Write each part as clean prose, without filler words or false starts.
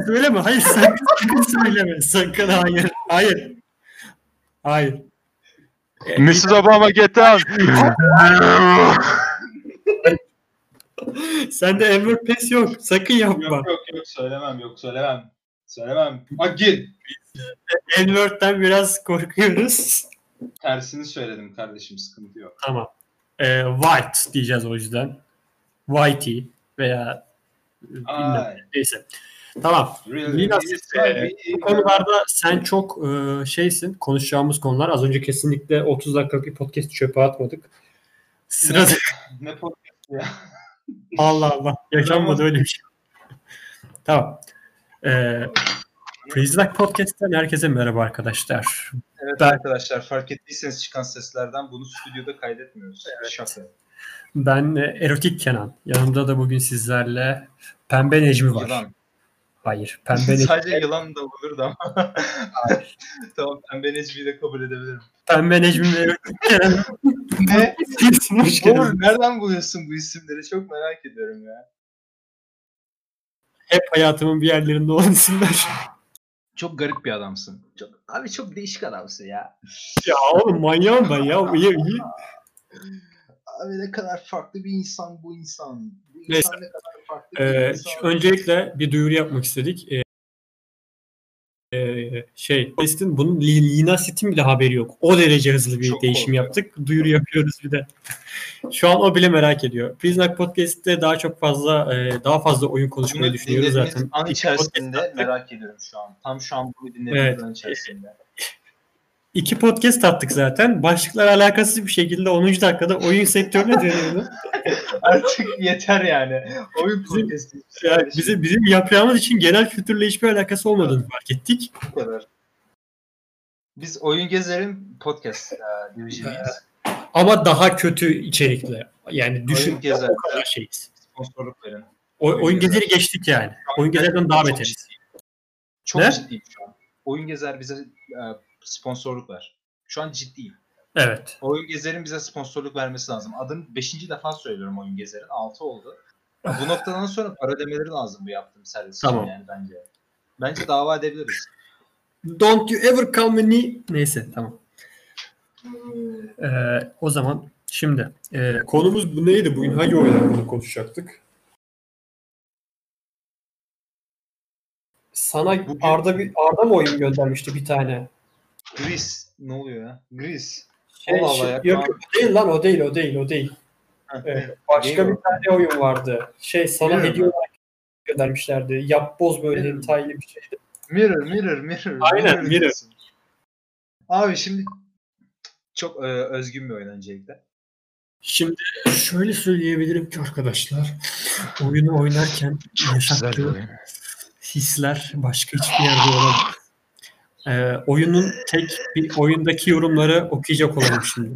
söyleme. Hayır sakın söyleme. Sakın hayır. Hayır. Mrs. Obama get down. Sende Enver Pes yok. Sakın yapma. Yok söylemem. Gir. Enver'den biraz korkuyoruz. Tersini söyledim kardeşim, sıkıntı yok. Tamam. White diyeceğiz o yüzden. Whitey veya bilmem. Neyse. Tamam. Linas, bu konularda sen çok şeysin. Konuşacağımız konular. Az önce kesinlikle 30 dakikalık bir podcast çöpe atmadık. Sırada... Ne podcast ya? Allah. Yaşanmadı öyle bir şey. Tamam. Freeze Podcast'ten herkese merhaba arkadaşlar. Evet arkadaşlar, fark ettiyseniz çıkan seslerden bunu stüdyoda kaydetmiyoruz. Evet. Şaka. Ben Erotik Kenan. Yanımda da bugün sizlerle Pembe Necmi var. Yılan. Hayır. Pembe Necmi. Sadece yılan da olurdu ama. Hayır. Tamam, Pembe Necmi'yi de kabul edebilirim. Pembe Necmi ve Erotik Kenan. Ne? Oğlum nereden buluyorsun bu isimleri? Çok merak ediyorum ya. Hep hayatımın bir yerlerinde olan isimler. Çok garip bir adamsın. Çok değişik adamsın ya. Ya oğlum manyağım ben ya. İyi. Abi ne kadar farklı bir insan bu insan. Neyse. Ne kadar farklı bir insan. Öncelikle bir duyuru yapmak istedik. Podcast'in bunun Linasit'in bile haberi yok. O derece hızlı bir çok değişim yaptık. Duyuru yapıyoruz bir de. Şu an o bile merak ediyor. Priznak Podcast'te daha fazla oyun konuşmayı düşünüyoruz zaten. An içerisinde merak ediyorum şu an. Tam şu an bunu dinlediğimiz an içerisinde. 2 podcast attık zaten. Başlıklar alakasız bir şekilde 10. dakikada oyun sektörüne dönüyordu. Artık yeter yani. Oyun podcast'i. Yani bizim yapacağımız için genel kültürle hiçbir alakası olmadığını fark ettik. Bu kadar. Biz Oyun Gezer'in podcast division'ıyız. Ama daha kötü içerikli. Yani düşün. Oyun Gezer. O kadar şeyiz. Sponsorluk verin. Oyun Gezer'i geçtik yani. Oyun Gezer'den daha beteriz. Çok ciddiyim şu an. Oyun Gezer bize sponsorluk ver. Şu an ciddiyim. Evet. Oyun Gezer'in bize sponsorluk vermesi lazım. Adını 5. defa söylüyorum Oyun Gezer'in. 6 oldu. Bu noktadan sonra para ödemeleri lazım bu yaptığım servis tamam. Yani bence. Bence dava edebiliriz. Don't you ever call me. Neyse tamam. O zaman şimdi konumuz bu neydi? Bugün hangi oyunları konuşacaktık? Sana bugün... Arda mı oyun göndermişti bir tane? Gris. Ne oluyor ya? Gris. Yok değil lan o değil. Başka bir tane oyun vardı. Sana hediye olarak göndermişlerdi. Yapboz böyle detaylı bir şeydi. Mirror. Aynen Mirror. Abi şimdi çok özgün bir oyun öncelikle. Şimdi şöyle söyleyebilirim ki arkadaşlar, oyunu oynarken yaşattığı hisler başka hiçbir yerde olamaz. Oyundaki yorumları okuyacak olalım şimdi.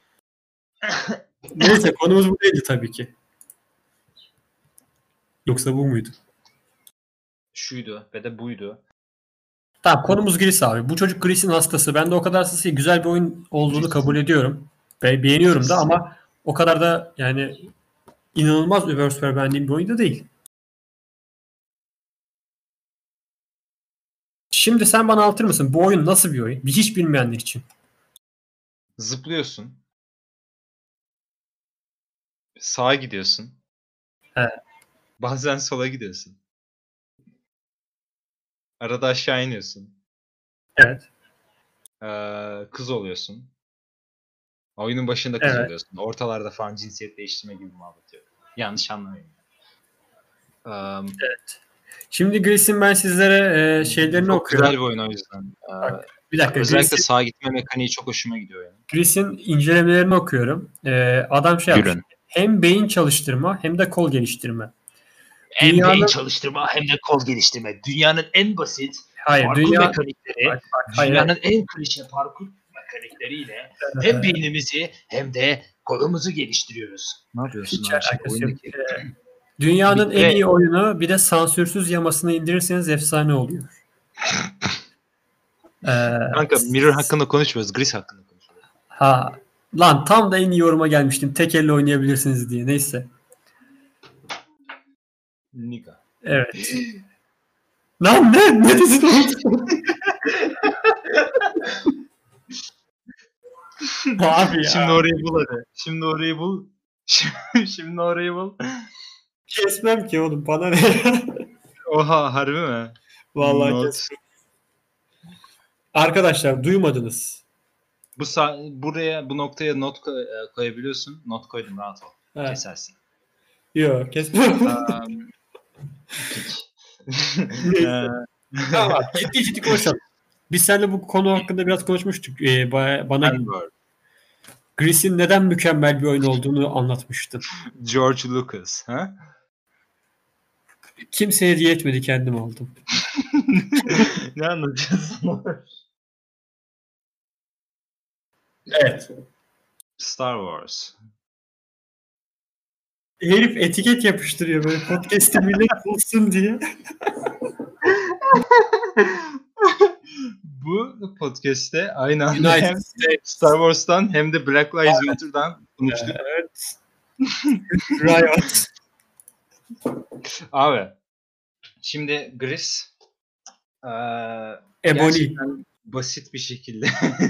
Neyse konumuz bu değildi tabii ki. Yoksa bu muydu? Şuydu ve de buydu. Tamam, konumuz Gris abi. Bu çocuk Gris'in hastası. Ben de o kadar hastası değil. Güzel bir oyun olduğunu kabul ediyorum. Beğeniyorum da ama o kadar da yani inanılmaz över beğendiğim bir oyun da değil. Şimdi sen bana anlatır mısın? Bu oyun nasıl bir oyun? Hiç bilmeyenler için. Zıplıyorsun. Sağa gidiyorsun. Evet. Bazen sola gidiyorsun. Arada aşağı iniyorsun. Evet. Kız oluyorsun. Oyunun başında kız oluyorsun. Ortalarda falan cinsiyet değiştirme gibi muhabbet yok. Yanlış anlamayın. Evet. Şimdi Gris'in ben sizlere şeylerini çok okuyorum. Güzel bir oyun o yüzden. Bir dakika. Özellikle sağa gitme mekaniği çok hoşuma gidiyor yani. Gris'in incelemelerini okuyorum. Adam yapmış. Hem beyin çalıştırma hem de kol geliştirme. Hem beyin çalıştırma hem de kol geliştirme. Dünyanın en basit parkur mekanikleri, dünyanın en klişe parkur mekanikleriyle hem beynimizi hem de kolumuzu geliştiriyoruz. Ne yapıyorsun abi? Dünyanın en iyi oyunu, bir de sansürsüz yamasını indirirseniz efsane oluyor. Kanka Mirror hakkında konuşmuyoruz. Gris hakkında konuşuyoruz. Lan tam da en iyi yoruma gelmiştim. Tek elle oynayabilirsiniz diye. Neyse. Nika. Evet. Lan ne desin oğlum? Abi ya. Şimdi orayı bul hadi. Şimdi orayı bul. Şimdi orayı bul. Kesmem ki oğlum, bana ne? Oha, harbi mi? Vallahi kesmem. Arkadaşlar duymadınız. Buraya, bu noktaya not koyabiliyorsun. Not koydum, rahat ol. Evet. Kesersin. Yok, kesmem. Tamam, ciddi konuşalım. Biz seninle bu konu hakkında biraz konuşmuştuk. Bana Gris'in neden mükemmel bir oyun olduğunu anlatmıştın. George Lucas. Ha? Kimseye hediye etmedi, kendim aldım. Ne anlatıyorsun? Evet. Star Wars. Herif etiket yapıştırıyor böyle podcast'te millet bulsun diye. Bu podcast'te aynı anda hem Star Wars'tan hem de Black Lives Matter'dan konuştuk. Evet. Riot. Abi, şimdi Gris gerçekten basit bir şekilde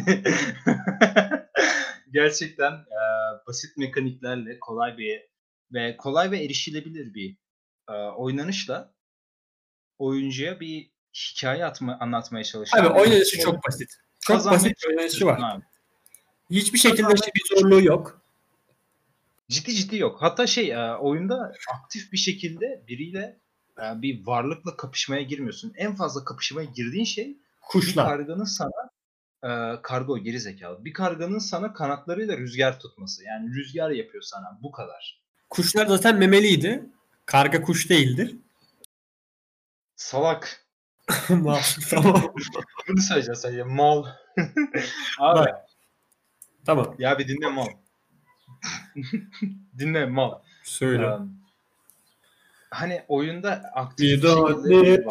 gerçekten basit mekaniklerle kolay ve erişilebilir bir oynanışla oyuncuya bir hikaye anlatmaya çalışıyor. Abi oynanışı çok basit. Çok basit bir oynanışı var. Abi. Hiçbir şekilde bir zorluğu yok. Ciddi yok. Hatta oyunda aktif bir şekilde biriyle bir varlıkla kapışmaya girmiyorsun. En fazla kapışmaya girdiğin şey kuşlar. Bir karganın sana kargo gerizekalı. Bir karganın sana kanatlarıyla rüzgar tutması. Yani rüzgar yapıyor sana. Bu kadar. Kuşlar zaten memeliydi. Karga kuş değildir. Salak. Tamam. Bunu söyleyeceğim sadece. Mal. Abi. Bak. Tamam. Ya bir dinle mal. Dinle mal. Söyle. Hani oyunda aktif bir şekilde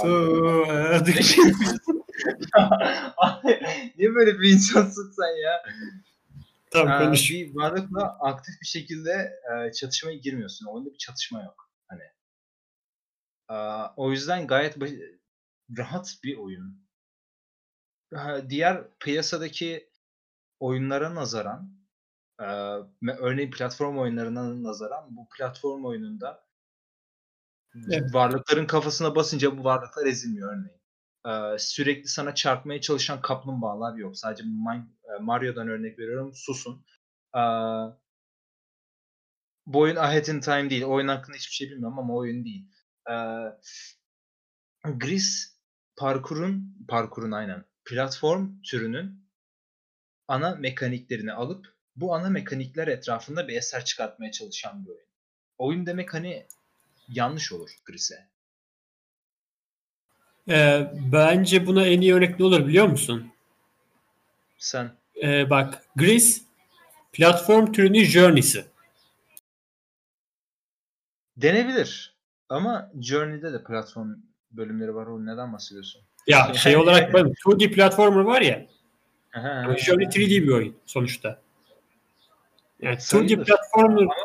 niye böyle bir insansın sen ya? Tamam, konuş. Bir varlıkla aktif bir şekilde çatışmaya girmiyorsun. Oyunda bir çatışma yok. Hani. O yüzden gayet rahat bir oyun. Diğer piyasadaki oyunlara nazaran, örneğin platform oyunlarına nazaran bu platform oyununda varlıkların kafasına basınca bu varlıklar ezilmiyor örneğin. Sürekli sana çarpmaya çalışan kaplumbağalar yok. Sadece Mario'dan örnek veriyorum. Susun. Bu oyun Ahead in Time değil. Oyun hakkında hiçbir şey bilmiyorum ama oyun değil. Gris parkurun aynen platform türünün ana mekaniklerini alıp bu ana mekanikler etrafında bir eser çıkartmaya çalışan bir oyun. Oyun demek hani yanlış olur Gris'e. Bence buna en iyi örnek ne olur biliyor musun? Sen. Bak, Gris platform türünün Journey'si. Denebilir. Ama Journey'de de platform bölümleri var. O neden bahsediyorsun? Ya olarak 2D platformer var ya. Journey 3D bir oyun sonuçta. Yani 2D platformer. Ama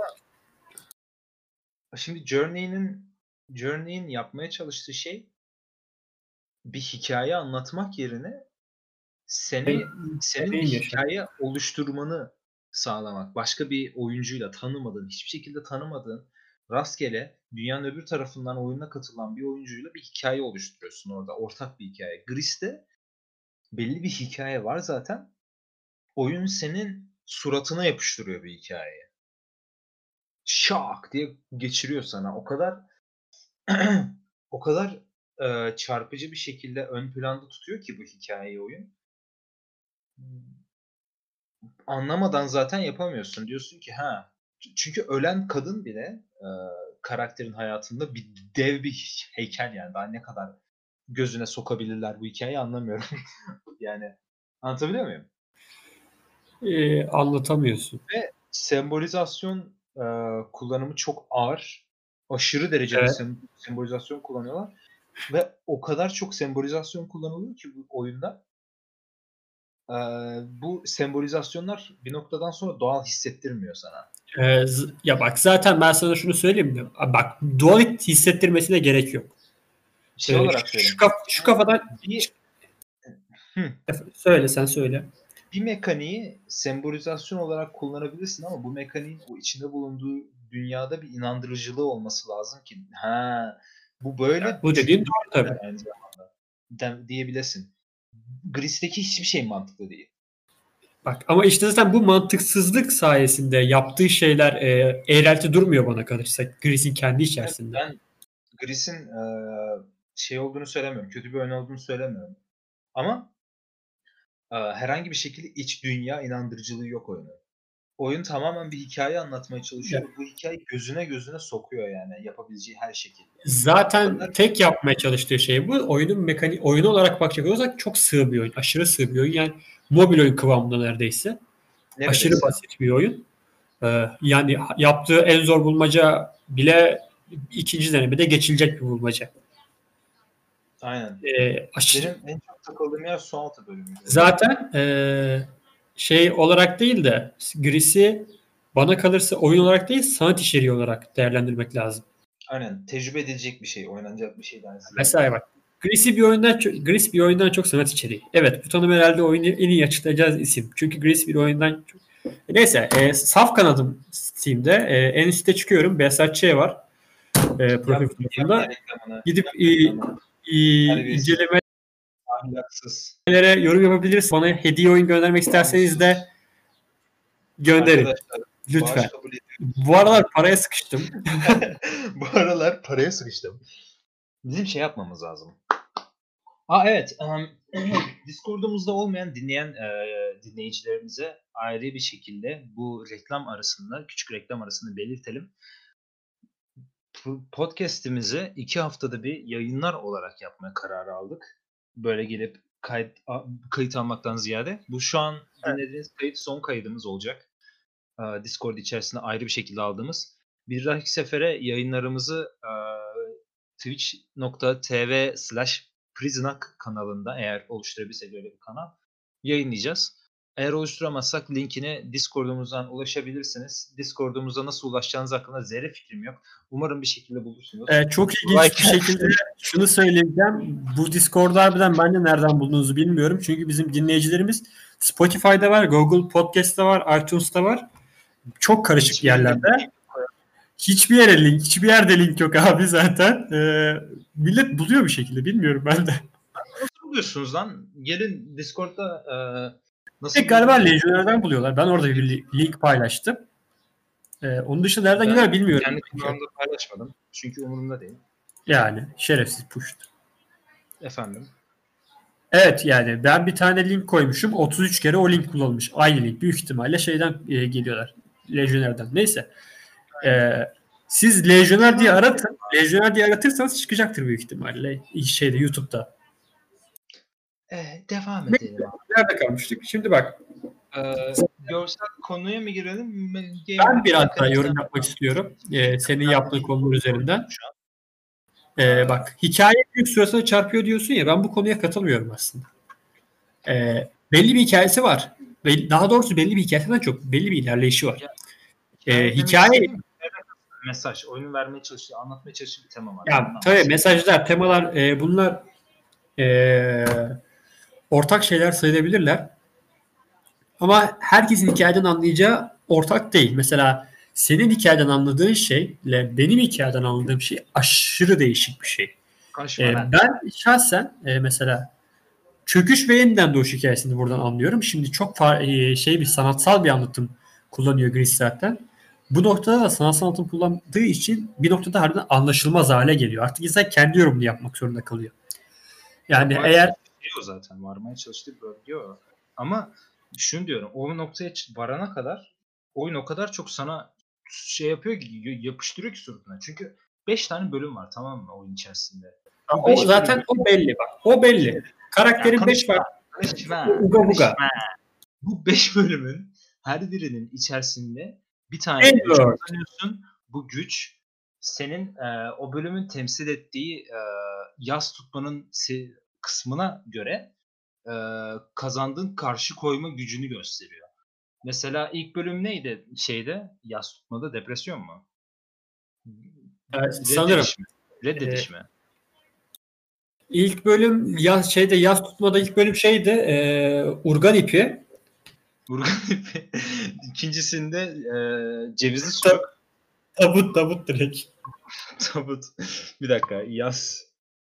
şimdi Journey'in yapmaya çalıştığı şey bir hikaye anlatmak yerine senin bir hikaye oluşturmanı sağlamak. Başka bir oyuncuyla hiçbir şekilde tanımadığın, rastgele dünyanın öbür tarafından oyuna katılan bir oyuncuyla bir hikaye oluşturuyorsun orada. Ortak bir hikaye. Gris'te belli bir hikaye var zaten. Oyun senin suratına yapıştırıyor bir hikayeyi. Şak diye geçiriyor sana. O kadar çarpıcı bir şekilde ön planda tutuyor ki bu hikayeyi oyun. Anlamadan zaten yapamıyorsun. Diyorsun ki çünkü ölen kadın bile karakterin hayatında bir dev bir heykel yani. Daha ne kadar gözüne sokabilirler bu hikayeyi anlamıyorum. Yani anlatabiliyor muyum? Anlatamıyorsun. Ve sembolizasyon kullanımı çok ağır. Aşırı derecede sembolizasyon kullanıyorlar. Ve o kadar çok sembolizasyon kullanılıyor ki bu oyunda bu sembolizasyonlar bir noktadan sonra doğal hissettirmiyor sana. Ya bak, zaten ben sana şunu söyleyeyim mi? Bak, doğal hissettirmesine gerek yok. şey olarak söyleyeyim. Şu kafadan söyle sen söyle. Bir mekaniği sembolizasyon olarak kullanabilirsin ama bu mekaniğin o içinde bulunduğu dünyada bir inandırıcılığı olması lazım ki bu böyle. Bu dediğin doğru tabii. Aynı zamanda diyebilirsin. Gris'teki hiçbir şey mantıklı değil. Bak ama işte zaten bu mantıksızlık sayesinde yaptığı şeyler eğrelti durmuyor bana kalırsa. Gris'in kendi içerisinde. Ben Gris'in şey olduğunu söylemiyorum. Kötü bir oyun olduğunu söylemiyorum. Ama herhangi bir şekilde iç dünya inandırıcılığı yok oyunun. Oyun tamamen bir hikaye anlatmaya çalışıyor. Evet. Bu hikayeyi gözüne sokuyor yani yapabileceği her şekilde. Zaten tek yapmaya çalıştığı şey bu. Oyunun mekanik oyunu olarak bakacak olursak çok sığ bir oyun. Aşırı sığ bir oyun. Yani mobil oyun kıvamında neredeyse. Aşırı basit bir oyun. Yani yaptığı en zor bulmaca bile ikinci denemede geçilecek bir bulmaca. Aynen. Aşırı... Benim en çok takıldığım yer su altı bölümü. Zaten şey olarak değil de Gris'i bana kalırsa oyun olarak değil sanat içeriği olarak değerlendirmek lazım. Aynen. Tecrübe edilecek bir şey. Oynanacak bir şey. Mesela bak. Gris bir oyundan çok sanat içeriği. Evet bu tanım herhalde oyunu en iyi açıklayacağız isim. Çünkü Gris bir oyundan çok... Neyse saf kanadım Steam'de. En üstte çıkıyorum. Behzatçı'ya var. Profil fotoğrafında. Gidip incelemelere yorum yapabiliriz. Bana hediye oyun göndermek isterseniz de gönderin. Lütfen. Bu aralar paraya sıkıştım. Bizim şey yapmamız lazım. Evet. Discord'umuzda olmayan dinleyicilerimize ayrı bir şekilde bu reklam arasında, küçük reklam arasında belirtelim. Podcast'imizi 2 haftada bir yayınlar olarak yapmaya kararı aldık. Böyle gelip kayıt almaktan ziyade. Bu şu an dinlediğiniz kayıt son kaydımız olacak. Discord içerisinde ayrı bir şekilde aldığımız. Bir dahaki sefere yayınlarımızı twitch.tv/prisonak kanalında eğer oluşturabilirsek öyle bir kanal yayınlayacağız. Eğer oluşturamazsak linkine Discord'umuzdan ulaşabilirsiniz. Discord'umuza nasıl ulaşacağınız hakkında zerre fikrim yok. Umarım bir şekilde bulursunuz. Çok ilginç bir şekilde şunu söyleyeceğim. Bu Discord'u harbiden ben de nereden bulduğunuzu bilmiyorum. Çünkü bizim dinleyicilerimiz Spotify'da var, Google Podcast'ta var, iTunes'ta var. Çok karışık yerlerde. Hiçbir yerde link yok abi zaten. Millet buluyor bir şekilde. Bilmiyorum ben de. Nasıl buluyorsunuz lan? Gelin Discord'da galiba Legionnaires buluyorlar. Ben orada bir link paylaştım. Onun dışında nereden gider bilmiyorum. Kendi kanalımda paylaşmadım. Çünkü umurumda değil. Yani şerefsiz puşt. Efendim? Evet yani ben bir tane link koymuşum. 33 kere o link kullanılmış. Aynı link. Büyük ihtimalle şeyden geliyorlar. Legionnaires'den. Neyse. Siz Legionnaire diye aratın. Legionnaire diye aratırsanız çıkacaktır büyük ihtimalle. YouTube'da. Devam edelim. Nerede kalmıştık? Şimdi bak. Görsel konuya mı girelim? Ben biraz daha yorum yapmak istiyorum. Senin yaptığın konular üzerinden. Bak hikaye büyük sırasına çarpıyor diyorsun ya ben bu konuya katılmıyorum aslında. Belli bir hikayesi var. Daha doğrusu belli bir hikayesinden çok belli bir ilerleyişi var. Hikaye mesaj, oyunu vermeye çalışıyor, anlatmaya çalışıyor bir tema var. Ya tabii mesajlar, temalar bunlar ortak şeyler sayılabilirler. Ama herkesin hikayeden anlayacağı ortak değil. Mesela senin hikayeden anladığın şeyle benim hikayeden anladığım şey aşırı değişik bir şey. Ben şahsen mesela Çöküş ve Yeniden Doğuş hikayesini buradan anlıyorum. Şimdi çok bir sanatsal bir anlatım kullanıyor Gris zaten. Bu noktada da sanatsal anlatım kullandığı için bir noktada harbiden anlaşılmaz hale geliyor. Artık insan kendi yorumunu yapmak zorunda kalıyor. Yani eğer zaten varmaya çalıştığı bölge o. Ama şunu diyorum, o noktaya varana kadar oyun o kadar çok sana şey yapıyor ki, yapıştırıyor ki suratına. Çünkü 5 tane bölüm var, tamam mı, oyun içerisinde. O zaten o belli bak. O belli. Karakterin 5 var. Uga buga. Bu 5 bölümün her birinin içerisinde bir tane güç kullanıyorsun. Bu güç senin o bölümün temsil ettiği yas tutmanın kısmına göre kazandığın karşı koyma gücünü gösteriyor. Mesela ilk bölüm neydi yas tutmada? Depresyon mu? Sanırım. Reddediş mi? İlk bölüm yaz tutmada ilk bölüm şeydi. Urgan ipi. Urgan ipi. İkincisinde cevizli sucuk. Tabut direkt. Tabut. Bir dakika. Yaz.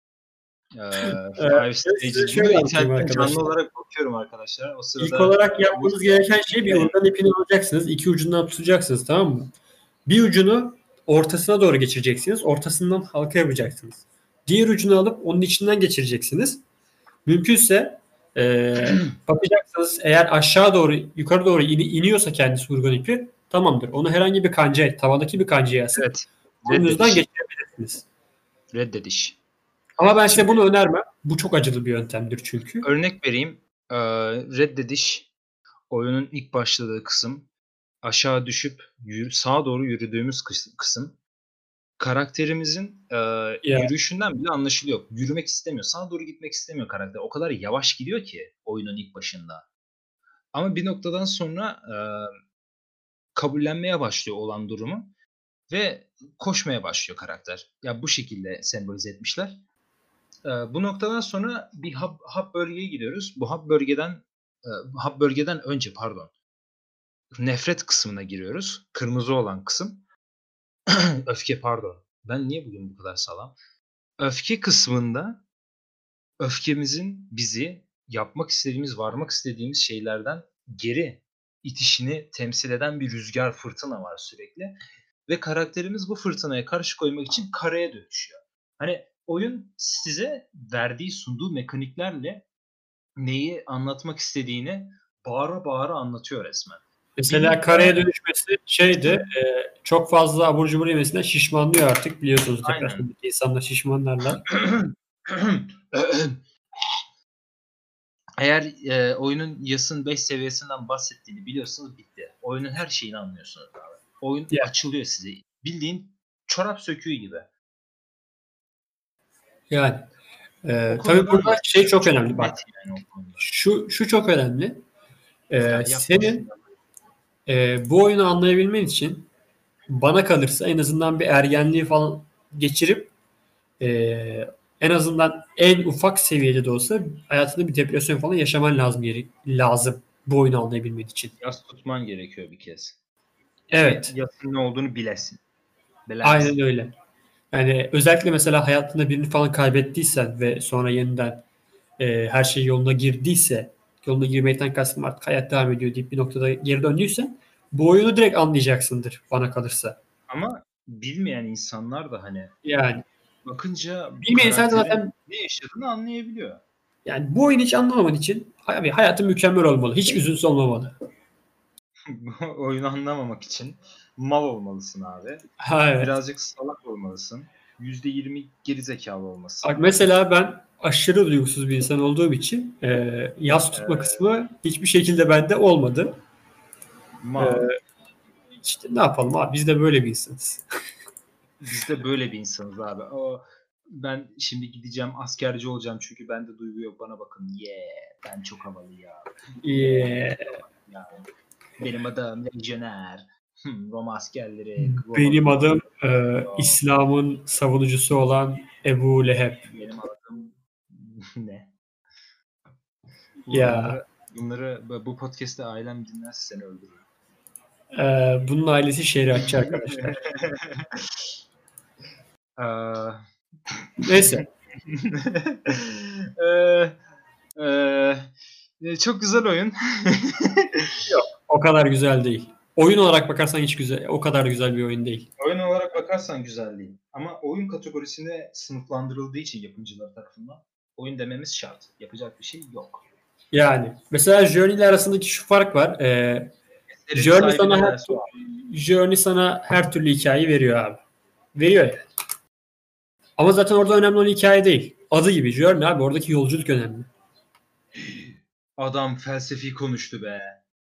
Five Stages. Bunu internetten canlı olarak bakıyorum arkadaşlar. O sırada İlk olarak yapmanız gereken şey bir urgan ipini alacaksınız. İki ucundan tutacaksınız, tamam mı? Bir ucunu ortasına doğru geçireceksiniz. Ortasından halka yapacaksınız. Diğer ucunu alıp onun içinden geçireceksiniz. Mümkünse bakacaksınız, eğer aşağı doğru yukarı doğru iniyorsa kendisi urgan ipi, tamamdır. Onu herhangi bir kancaya, tavadaki bir kancaya asıp evet. onun yüzden geçirebilirsiniz. Reddediş. Ama ben size bunu önermem. Bu çok acılı bir yöntemdir çünkü. Örnek vereyim. Reddediş oyunun ilk başladığı kısım. Aşağı düşüp sağa doğru yürüdüğümüz kısım. Karakterimizin yürüyüşünden bile anlaşılıyor. Yürümek istemiyor. Sağa doğru gitmek istemiyor karakter. O kadar yavaş gidiyor ki oyunun ilk başında. Ama bir noktadan sonra kabullenmeye başlıyor olan durumu ve koşmaya başlıyor karakter. Ya bu şekilde sembolize etmişler. Bu noktadan sonra bir hub bölgeye gidiyoruz. Bu hub bölgeden önce nefret kısmına giriyoruz. Kırmızı olan kısım. Öfke pardon. Ben niye bugün bu kadar sağlam? Öfke kısmında öfkemizin bizi yapmak istediğimiz, varmak istediğimiz şeylerden geri itişini temsil eden bir rüzgar, fırtına var sürekli. Ve karakterimiz bu fırtınaya karşı koymak için karaya dönüşüyor. Hani oyun size sunduğu mekaniklerle neyi anlatmak istediğini bağıra bağıra anlatıyor resmen. Mesela karaya dönüşmesi çok fazla abur cubur yemesinden şişmanlıyor artık, biliyorsunuz. Depresyondaki insanlar şişmanlarlar. Eğer oyunun Yas'ın 5 seviyesinden bahsettiğini biliyorsanız bitti. Oyunun her şeyini anlıyorsunuz abi. Oyun açılıyor size. Bildiğin çorap söküğü gibi. Yani tabii burada çok önemli. Bak, şu çok önemli. Senin bu oyunu anlayabilmen için, bana kalırsa, en azından bir ergenliği falan geçirip en azından en ufak seviyede de olsa hayatında bir depresyon falan yaşaman lazım bu oyunu anlayabilmen için. Yas tutman gerekiyor bir kez. Evet. Yasın ne olduğunu bilesin. Aynen öyle. Yani özellikle mesela hayatında birini falan kaybettiysen ve sonra yeniden her şey yoluna girdiyse, yoluna girmekten kastım artık hayat devam ediyor deyip bir noktada geri döndüysen, bu oyunu direkt anlayacaksındır bana kalırsa. Ama bilmeyen insanlar da hani yani bakınca bilmeyen insan zaten ne yaşadığını anlayabiliyor. Yani bu oyunu hiç anlamaman için abi hayatın mükemmel olmalı. Hiç üzüntüsü olmamalı. Oyunu anlamamak için mal olmalısın abi. Evet. Birazcık salak olmalısın. %20 gerizekalı olmasın. Bak mesela ben aşırı duygusuz bir insan olduğum için yas tutma kısmı hiçbir şekilde bende olmadı. İşte ne yapalım abi, biz de böyle bir insanız. Biz de böyle bir insanız abi. Ben şimdi gideceğim askerci olacağım çünkü bende duygu yok, bana bakın. Ben çok havalı ya. Benim adım lejyoner. Roma askerleri. Benim adım İslam'ın savunucusu olan Ebu Leheb. Benim adım ne? Ya. Bunları bu podcast'te ailem dinlerse seni öldürür. Bunun ailesi şeriatçı arkadaşlar. Neyse. Çok güzel oyun. Yok, o kadar güzel değil. Oyun olarak bakarsan o kadar güzel bir oyun değil. Oyun olarak bakarsan güzel değil. Ama oyun kategorisine sınıflandırıldığı için yapımcılar tarafından oyun dememiz şart. Yapacak bir şey yok. Yani mesela Journey ile arasındaki şu fark var. Journey sana her türlü hikayeyi veriyor abi. Veriyor yani. Ama zaten orada önemli olan hikaye değil. Adı gibi Journey abi. Oradaki yolculuk önemli. Adam felsefi konuştu be.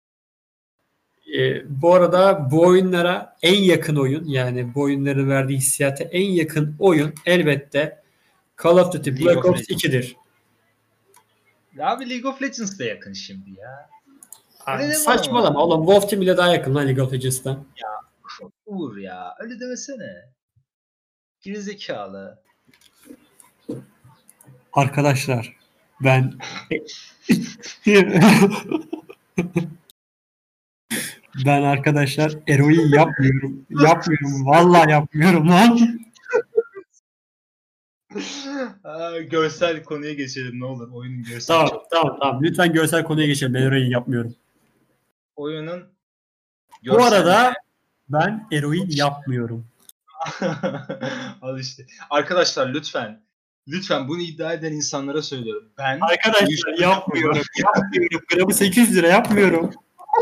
Bu arada bu oyunlara en yakın oyun, yani bu oyunların verdiği hissiyata en yakın oyun elbette Call of Duty Black Ops 2'dir. Abi League of Legends de yakın şimdi ya. Saçmalama oğlum, Wolf Team bile daha yakın lan League of Legends'tan. Ya Uğur ya, öyle demesene. Gerizekalı. Arkadaşlar ben ben arkadaşlar eroin yapmıyorum. Yapmıyorum. Vallahi yapmıyorum lan. Görsel konuya geçelim ne olur. Oyunun görsel Tamam. Lütfen görsel konuya geçelim. Ben eroin yapmıyorum. Oyunun bu arada ben eroin yapmıyorum. Al işte. Arkadaşlar lütfen bunu iddia eden insanlara söylüyorum. Ben arkadaşlar yapmıyorum. Gramı 800 lira yapmıyorum.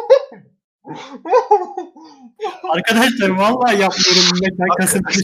Arkadaşlar vallahi yapmıyorum. Ben kasıtlı.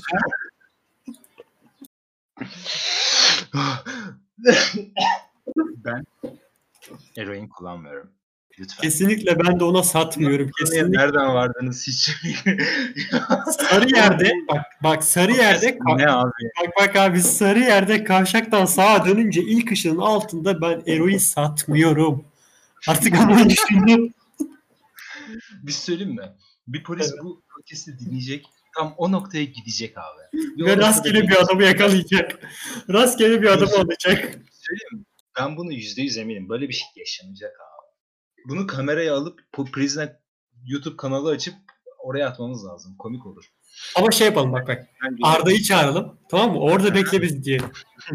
Ben eroin kullanmıyorum. Lütfen. Kesinlikle ben de ona satmıyorum. Kesinlikle. Nereden vardınız hiç? Sarıyer'de bak Sarıyer'de ne abi? Bak abi Sarıyer'de kavşaktan sağa dönünce ilk ışığın altında ben eroin satmıyorum. Artık ama düşündüm. Bir söyleyeyim mi? Bir polis bu podcast'i dinleyecek. Tam o noktaya gidecek abi. Ve rastgele bir adamı yakalayacak. Rastgele bir adam olacak. Söyleyeyim mi? Ben bunu %100 eminim. Böyle bir şey yaşanacak abi. Bunu kameraya alıp Prizne YouTube kanalı açıp oraya atmamız lazım. Komik olur. Ama şey yapalım bak. Arda'yı çağıralım. Tamam mı? Orada bekle biz diyelim.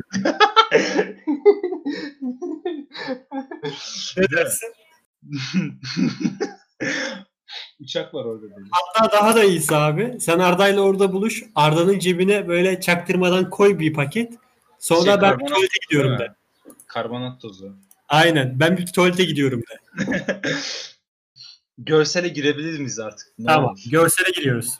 Ne dersin? Uçak var orada. Dedi. Hatta daha da iyisi abi. Sen Arda'yla orada buluş. Arda'nın cebine böyle çaktırmadan koy bir paket. Sonra ben bir tuvalete gidiyorum de. Karbonat tozu. Aynen. Ben bir tuvalete gidiyorum de. Görsele girebilir miyiz artık? Tamam. Görsele giriyoruz.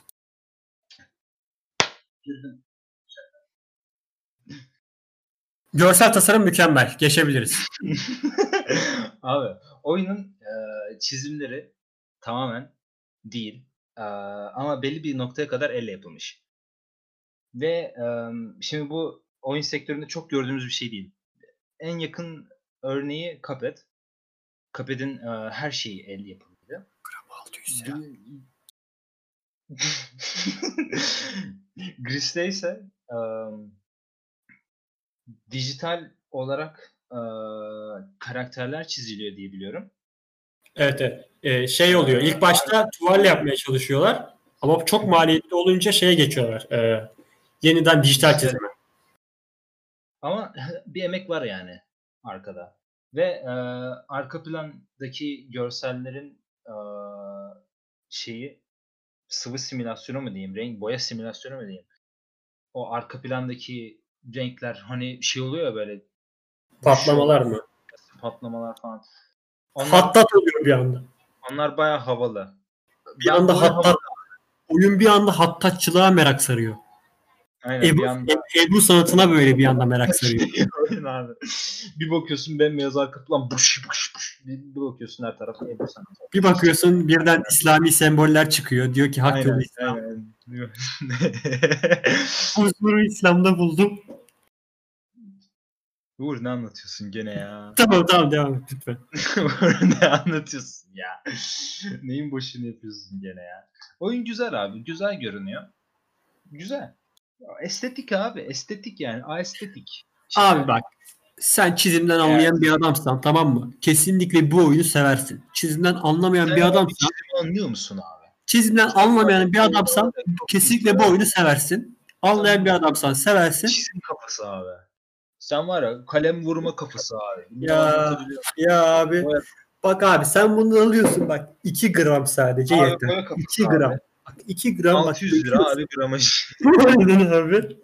Görsel tasarım mükemmel. Geçebiliriz. Abi oyunun çizimleri tamamen değil. Ama belli bir noktaya kadar elle yapılmış. Ve şimdi bu oyun sektöründe çok gördüğümüz bir şey değil. En yakın örneği Cuphead. Cuphead'in her şeyi el yapımıydı. Gram 600 ya. Gris'te ise dijital olarak karakterler çiziliyor diye biliyorum. Evet. Şey oluyor. İlk başta tuvalle yapmaya çalışıyorlar. Ama çok maliyetli olunca şeye geçiyorlar. Yeniden dijital çizime. Ama bir emek var yani arkada. Ve arka plandaki görsellerin sıvı simülasyonu mu diyeyim, renk boya simülasyonu mu diyeyim. O arka plandaki renkler hani şey oluyor ya böyle patlamalar mı? Patlamalar falan. Hattat oluyor bir anda. Onlar bayağı havalı. Bir anda hattat. Oyun bir anda hattatçılığa merak sarıyor. Aynen, Ebru sanatına böyle bir anda merak sarıyor. abi. Bir bakıyorsun bembeyaz arka plan buş. Bir bakıyorsun her taraf Ebru sanatı. Bir bakıyorsun birden İslami semboller çıkıyor. Diyor ki hak yolu İslam. Huzuru İslam'da buldum. Uğur ne anlatıyorsun gene ya? Tamam devam et lütfen. Ne anlatıyorsun ya? Neyin boşunu yapıyorsun gene ya? Oyun güzel abi. Güzel görünüyor. Güzel. Estetik abi. Estetik yani. Estetik. Abi bak. Sen çizimden anlayan bir adamsan tamam mı? Kesinlikle bu oyunu seversin. Çizimden anlamayan bir adamsan. Çizimi anlıyor musun abi? Çizimden anlamayan bir adamsan kesinlikle bu oyunu seversin. Anlayan bir adamsan seversin. Çizim kafası abi. Sen var ya kalem vurma kafası abi. Ya abi. Bak abi sen bunu alıyorsun bak 2 gram sadece abi, yeter. 2 gram. Bak 2 gram 600 lira abi gramaj. Aynen abi.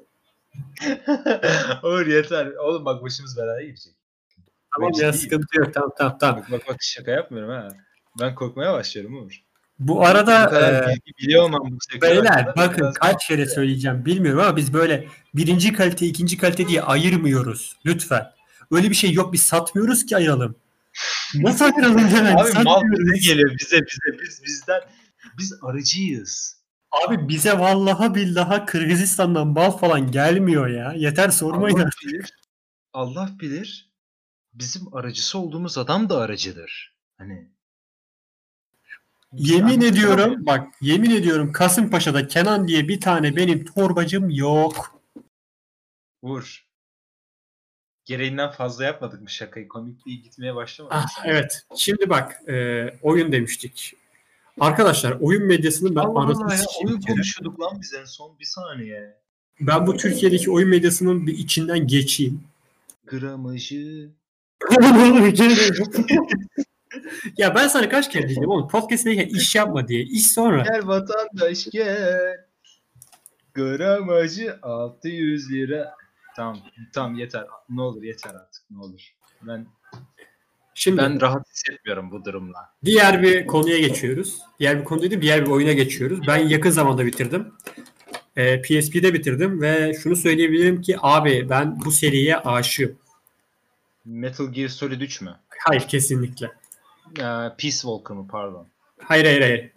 Olur yeter. Oğlum bak başımız belaya girecek. Tamam ya sıkıntı yok. Tamam. Bak şaka yapmıyorum ha. Ben korkmaya başlıyorum Uğur. Bu arada biliyor olmam bu beyler bakın kaç kere söyleyeceğim bilmiyorum ama biz böyle birinci kalite ikinci kalite diye ayırmıyoruz. Lütfen. Öyle bir şey yok biz satmıyoruz ki ayıralım. Nasıl ayıralım yani? Abi mal bize geliyor bize biz arıcıyız. Abi bize vallaha billaha Kırgızistan'dan bal falan gelmiyor ya. Yeter sormayın. Allah bilir. Bizim aracısı olduğumuz adam da aracıdır. Hani yemin ediyorum Kasımpaşa'da Kenan diye bir tane benim torbacım yok. Vur. gereğinden fazla yapmadık mı şakayı? Komikliği gitmeye başlamadı mı? Evet. Şimdi bak oyun demiştik. Arkadaşlar oyun medyasının ben Allah ya, oyun konuşuyorduk lan biz en son. Bir saniye. Ben bu Türkiye'deki oyun medyasının bir içinden geçeyim. Gramajı. Ya ben sana kaç kere diyeceğim oğlum, podcast'teyken iş yapma diye. İş sonra. Gel vatandaş gel. Gramajı 600 lira. Tamam yeter. Ne olur yeter artık, ne olur. Ben rahat hissetmiyorum bu durumla. Diğer bir konuya geçiyoruz. Diğer bir oyuna geçiyoruz. Ben yakın zamanda bitirdim. PSP'de bitirdim ve şunu söyleyebilirim ki abi ben bu seriye aşığım. Metal Gear Solid 3 mü? Hayır, kesinlikle. Peace Walker mı, pardon? Hayır.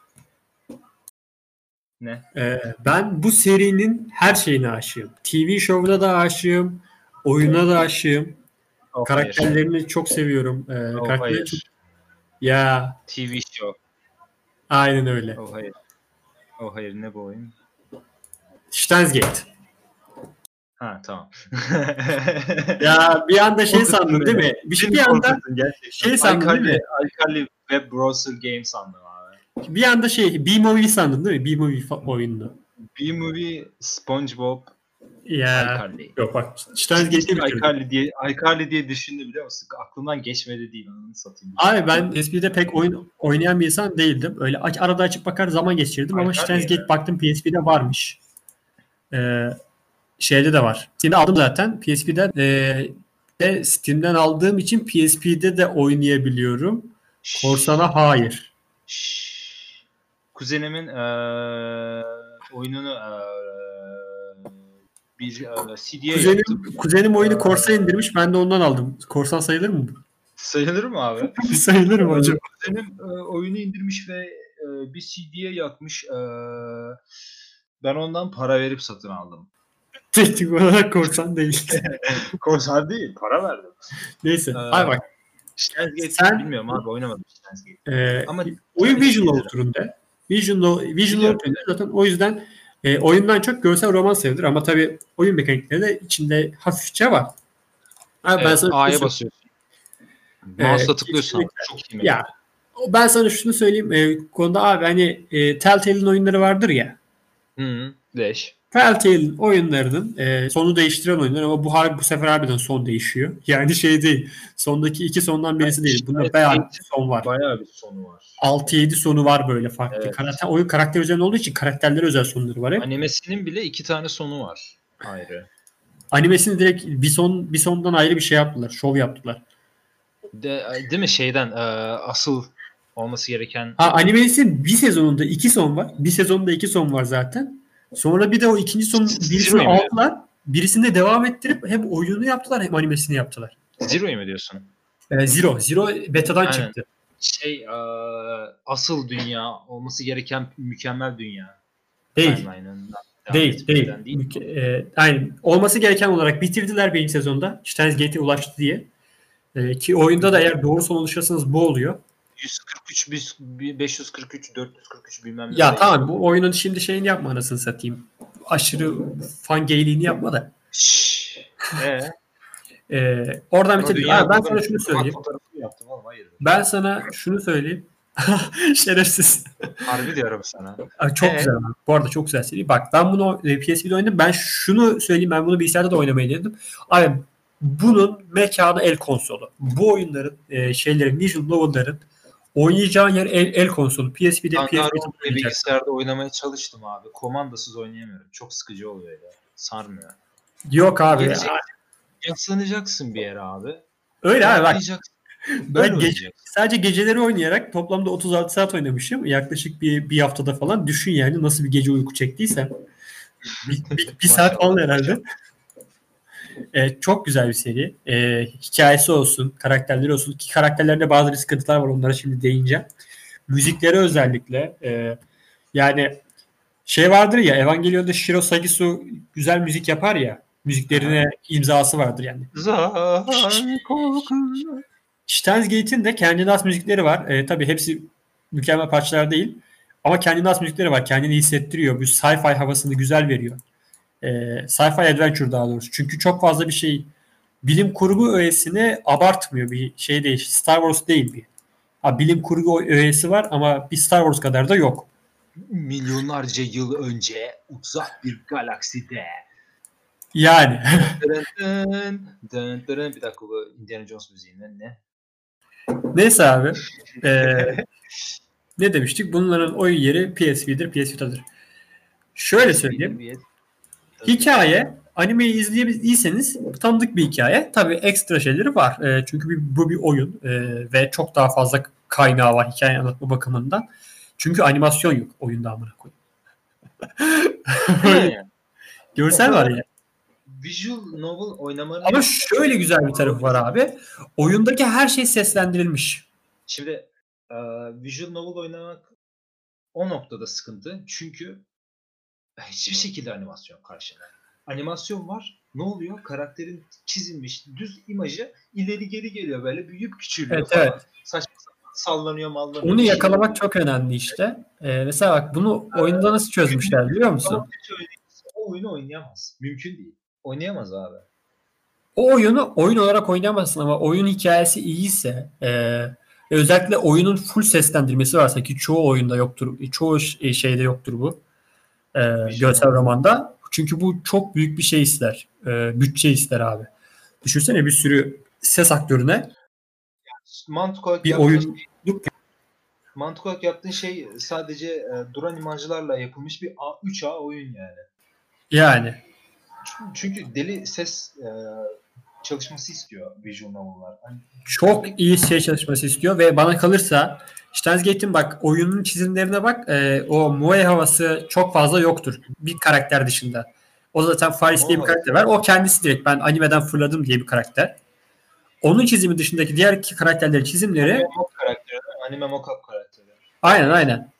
Ne? Ben bu serinin her şeyine aşığım. TV şovuna da aşığım. Oyuna da aşığım. Karakterlerini çok seviyorum. Hayır. Çok... Ya. TV show. Aynen öyle. Hayır. Ne bu oyun? Steins Gate. Ha tamam. Ya bir anda sandın değil mi? Bir anda sandın değil mi? iCarly Web Browser Game sandım abi. Bir anda B-Movie sandın değil mi? B-Movie oyununu. B-Movie, SpongeBob, ya. iCarly. Yok bak. Steins Gate'i iCarly diye düşündü biliyor musun? Aklımdan geçmedi değil, onu satayım. Abi ben PSP'de pek oyun oynayan bir insan değildim. Öyle arada açıp bakar zaman geçirdim ama Steins Gate baktım PSP'de varmış. Şeyde de var. Steam'de aldım zaten. PSP'den de Steam'den aldığım için PSP'de de oynayabiliyorum. Korsan'a hayır. Kuzenimin oyununu bir CD'ye Kuzenim oyunu Korsan indirmiş. Ben de ondan aldım. Korsan sayılır mı? Sayılır mı abi? Sayılır mı hocam? Kuzenim oyunu indirmiş ve bir CD'ye yakmış. Ben ondan para verip satın aldım. Teknik olarak korsan değil. Korsan değil. Para verdim. Neyse. Ay bak. Sen bilmiyorum abi, oynamadım Steins Gate. Ama oyun visual turunda. Visual turunda zaten o yüzden oyundan çok görsel roman sevilir ama tabii oyun mekanikleri de içinde hafifçe var. Abi ben sana A'ya basıyorsun. Mouse'la tıklıyorsun. Çok iyi. Ya ben sana şunu söyleyeyim. Konuda abi hani Telltale'in oyunları vardır ya. Leş. Telltale'in oyunlarının sonu değiştiren oyunlar ama bu sefer harbiden son değişiyor. Yani değil. Sondaki 2 sondan birisi değil. Bunda bayağı bir son var. Bayağı bir sonu var. 6-7 sonu var böyle farklı. Evet. Oyun karakter üzerine olduğu için karakterlere özel sonları var hep. Animesinin bile 2 tane sonu var. Ayrı. Animesini direkt bir sondan ayrı bir şey yaptılar. Şov yaptılar. Değil mi şeyden asıl olması gereken... Animesinin bir sezonunda 2 son var. Bir sezonda 2 son var zaten. Sonra bir de o ikinci sonun birisini aldılar. Birisini de devam ettirip hem oyununu yaptılar hem animesini yaptılar. Zero'yu mu diyorsun? Zero betadan çıktı. Asıl dünya olması gereken mükemmel dünya. Değil. Aynen. Olması gereken olarak bitirdiler birinci sezonda. Steins Gate'e ulaştı diye. Ki oyunda da eğer doğru son oluşursanız bu oluyor. 143, 543, 443 bilmem ne. Ya tamam, bu oyunun şimdi şeyini yapma, anasını satayım. Aşırı fan gayliğini yapma da. Oradan bitirdim. Ben sana şunu söyleyeyim. Ben sana şunu söyleyeyim. Şerefsiz. Harbi diyorum sana. Çok güzel. Bu arada çok güzel seri. Bak ben bunu PSP'de oynadım. Ben şunu söyleyeyim. Ben bunu bilgisayarda da oynamayı denedim. Abi bunun mekanı el konsolu. Bu oyunların Visual Novel'ların oynayacağın yer el konsolu. PSP'de bilgisayarda oynamaya çalıştım abi. Komandasız oynayamıyorum. Çok sıkıcı oluyor ya. Sarmıyor. Yok abi. Yaslanacaksın bir yere abi. Öyle abi bak. Ben sadece geceleri oynayarak toplamda 36 saat oynamışım. Yaklaşık bir haftada falan. Düşün yani nasıl bir gece uyku çektiysem. bir saat falan herhalde. Çok güzel bir seri. Hikayesi olsun, karakterleri olsun. Ki karakterlerde bazı sıkıntılar var. Onlara şimdi değineceğim. Müzikleri özellikle. Yani vardır ya, Evangelion'da Shiro Sagisu güzel müzik yapar ya. Müziklerine imzası vardır yani. Steins Gate'in de kendine has müzikleri var. Tabii hepsi mükemmel parçalar değil. Ama kendine has müzikleri var. Kendini hissettiriyor. Bu sci-fi havasını güzel veriyor. Sci-fi adventure daha doğrusu. Çünkü çok fazla bir şey bilim kurgu öğesini abartmıyor. Bir şey değil. Star Wars değil bir. Bilim kurgu öğesi var ama bir Star Wars kadar da yok. Milyonlarca yıl önce uzak bir galakside. Yani. Bir dakika, bu Indiana Jones müziğinden ne? Neyse abi. Ne demiştik? Bunların oyun yeri PSV'dir, PS Vita'dır. Şöyle söyleyeyim. Hikaye, animeyi izleyebilirseniz tanıdık bir hikaye. Tabii ekstra şeyleri var. Çünkü bu bir oyun ve çok daha fazla kaynağı var hikaye anlatma bakımından. Çünkü animasyon yok oyunda, amına koyayım. Görsel var ya. Visual novel oynamaları... Ama şöyle güzel bir tarafı var abi. Oyundaki her şey seslendirilmiş. Şimdi visual novel oynamak o noktada sıkıntı. Çünkü hiçbir şekilde animasyon karşına. Animasyon var. Ne oluyor? Karakterin çizilmiş düz imajı ileri geri geliyor, böyle büyüyüp küçülüyor. Evet, falan. evet. Saçma sapan sallanıyor, mallanıyor. Onu yakalamak çok önemli işte. Mesela bak, bunu oyunda nasıl çözmüşler biliyor musun? O oyunu oynayamaz. Mümkün değil. Oynayamaz abi. O oyunu oyun olarak oynayamazsın ama oyun hikayesi iyiyse özellikle oyunun full seslendirmesi varsa, ki çoğu oyunda yoktur. Çoğu şeyde yoktur bu. Görsel romanda. Çünkü bu çok büyük bir şey ister. Bütçe ister abi. Düşünsene bir sürü ses aktörüne mantık olarak bir oyun... Mantık olarak yaptığın şey sadece duran imajlarla yapılmış bir 3A oyun yani. Yani. Çünkü deli ses çalışması istiyor visual novel'lar. Yani çok iyi şey çalışması istiyor ve bana kalırsa Steins Gate'in bak oyunun çizimlerine bak, o Moe havası çok fazla yoktur bir karakter dışında. O zaten Faris diye bir karakter var. O kendisi direkt ben animeden fırladım diye bir karakter. Onun çizimi dışındaki diğer iki karakterlerin çizimleri anime mock-up karakteri. Aynen.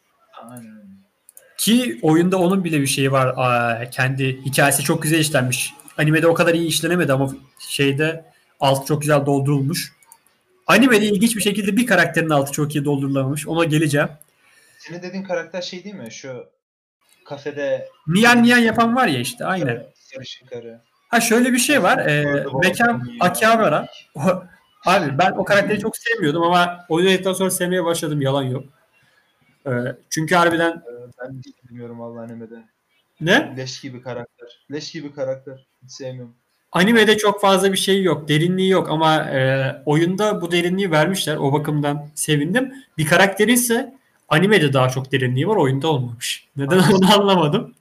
Ki oyunda onun bile bir şeyi var. Kendi hikayesi çok güzel işlenmiş. Animede o kadar iyi işlenemedi ama şeyde altı çok güzel doldurulmuş. Animede ilginç bir şekilde bir karakterin altı çok iyi doldurulamamış. Ona geleceğim. Senin dediğin karakter şey değil mi? Şu kafede Niyan yapan var ya işte. Aynen. Sarışın karı. Şöyle bir şey var. Mekan Akihabara. Abi ben o karakteri çok sevmiyordum ama oynadıktan sonra sevmeye başladım. Yalan yok. Çünkü harbiden ben bilmiyorum vallahi animede. Ne? Leş gibi karakter. Hiç sevmiyorum. Animede çok fazla bir şey yok. Derinliği yok ama oyunda bu derinliği vermişler. O bakımdan sevindim. Bir karakterin ise animede daha çok derinliği var. Oyunda olmamış. Neden onu anlamadım.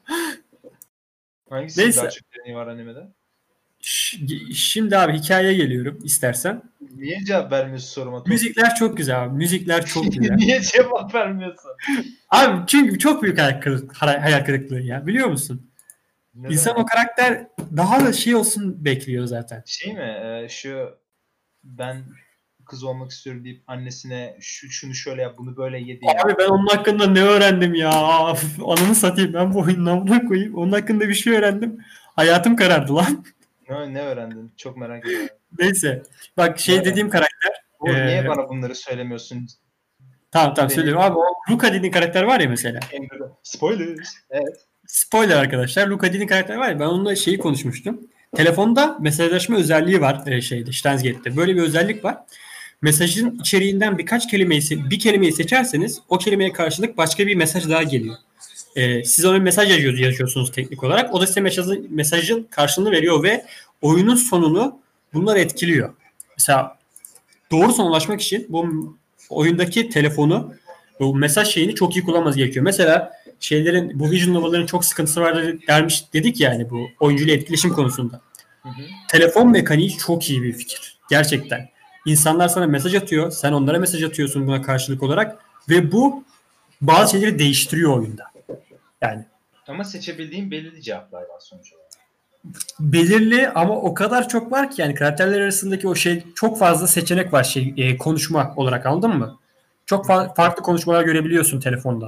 Hangisi daha çok derinliği var animede? Şimdi abi hikayeye geliyorum istersen. Niye cevap vermiyorsun soruma? Müzikler çok güzel abi. Müzikler çok güzel. Niye cevap vermiyorsun? Abi çünkü çok büyük hayal kırıklığı ya. Biliyor musun? Neden? İnsan o karakter daha da şey olsun bekliyor zaten. Şey mi? Şu ben kız olmak istiyorum deyip annesine şunu şöyle yap, bunu böyle ye diye. Abi ben onun hakkında ne öğrendim ya? Ananı satayım, ben bu oyundan bunu koyayım. Onun hakkında bir şey öğrendim. Hayatım karardı lan. Ne öğrendin? Çok merak ediyorum. Neyse. Bak dediğim karakter. Niye bana bunları söylemiyorsun? Tamam söylüyorum. Abi o Luca dediğin karakter var ya mesela. Spoilers. Evet. Spoiler arkadaşlar. Luca dediğin karakter var ya, ben onunla konuşmuştum. Telefonda mesajlaşma özelliği var Steins Gate'te. Böyle bir özellik var. Mesajın içeriğinden bir kelimeyi seçerseniz o kelimeye karşılık başka bir mesaj daha geliyor. Siz ona mesaj yazıyorsunuz teknik olarak. O da size mesajın karşılığını veriyor ve oyunun sonunu bunlar etkiliyor. Mesela doğru sona ulaşmak için bu oyundaki telefonu, bu mesaj şeyini çok iyi kullanmanız gerekiyor. Mesela bu visual novel'ların çok sıkıntısı var dedik yani bu oyuncuyla etkileşim konusunda. Telefon mekaniği çok iyi bir fikir. Gerçekten. İnsanlar sana mesaj atıyor. Sen onlara mesaj atıyorsun buna karşılık olarak. Ve bu bazı şeyleri değiştiriyor oyunda. Yani. Ama seçebildiğin belirli cevaplar var sonuç olarak. Belirli ama o kadar çok var ki yani karakterler arasındaki o çok fazla seçenek var konuşma olarak, anladın mı? Çok farklı konuşmalar görebiliyorsun telefondan.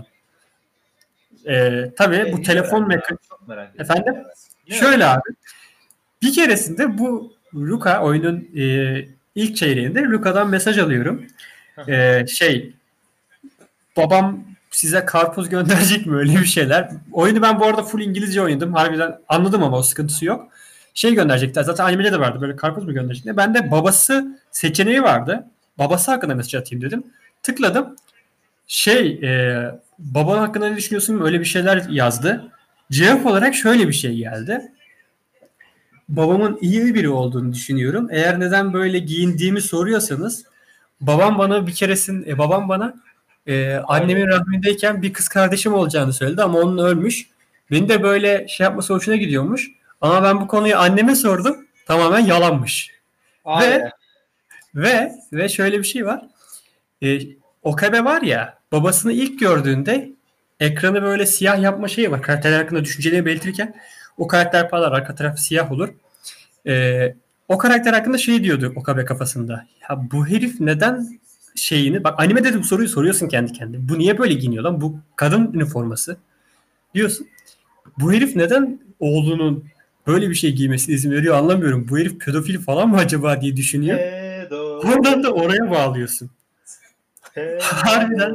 Tabii bu telefon mekaniği. Efendim? Şöyle abi. Bir keresinde bu Luca oyunun ilk çeyreğinde Luca'dan mesaj alıyorum. Babam size karpuz gönderecek mi, öyle bir şeyler. Oyunu ben bu arada full İngilizce oynadım. Harbiden anladım ama o sıkıntısı yok. şey gönderecekler. Zaten animede de vardı. Böyle karpuz mu gönderecekler? Ben de babası seçeneği vardı. Babası hakkında mesaj atayım dedim. Tıkladım. Baban hakkında ne düşünüyorsun? Öyle bir şeyler yazdı. Cevap olarak şöyle bir şey geldi. Babamın iyi biri olduğunu düşünüyorum. Eğer neden böyle giyindiğimi soruyorsanız babam bana annemin rahmindeyken bir kız kardeşim olacağını söyledi ama onun ölmüş. Beni de böyle şey yapması hoşuna gidiyormuş. Ama ben bu konuyu anneme sordum. Tamamen yalanmış. Ve şöyle bir şey var. Okabe var ya, babasını ilk gördüğünde ekranı böyle siyah yapma şeyi var. Karakterler hakkında düşünceleri belirtirken o karakter parlar, arka tarafı siyah olur. O karakter hakkında şey diyordu Okabe kafasında. Ya bu herif neden bak animede de bu soruyu soruyorsun kendi kendine. Bu niye böyle giyiniyor lan? Bu kadın üniforması. Diyorsun. Bu herif neden oğlunun böyle bir şey giymesine izin veriyor anlamıyorum. Bu herif pedofil falan mı acaba diye düşünüyor. Oradan da oraya bağlıyorsun. Harbiden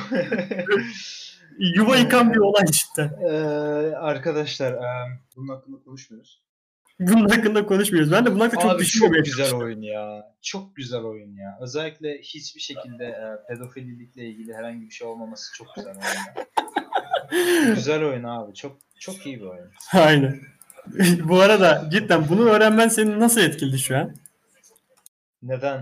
yuva yıkan bir olay cidden. Arkadaşlar bunun hakkında konuşmuyoruz. Bunun hakkında konuşmuyoruz. Ben de bunun hakkında çok düşünmüyorum. Çok güzel oyun ya. Çok güzel oyun ya. Özellikle hiçbir şekilde pedofililikle ilgili herhangi bir şey olmaması çok güzel oyun. Güzel oyun abi. Çok çok iyi bir oyun. Aynen. Bu arada cidden bunu öğrenmen seni nasıl etkiledi şu an? Neden?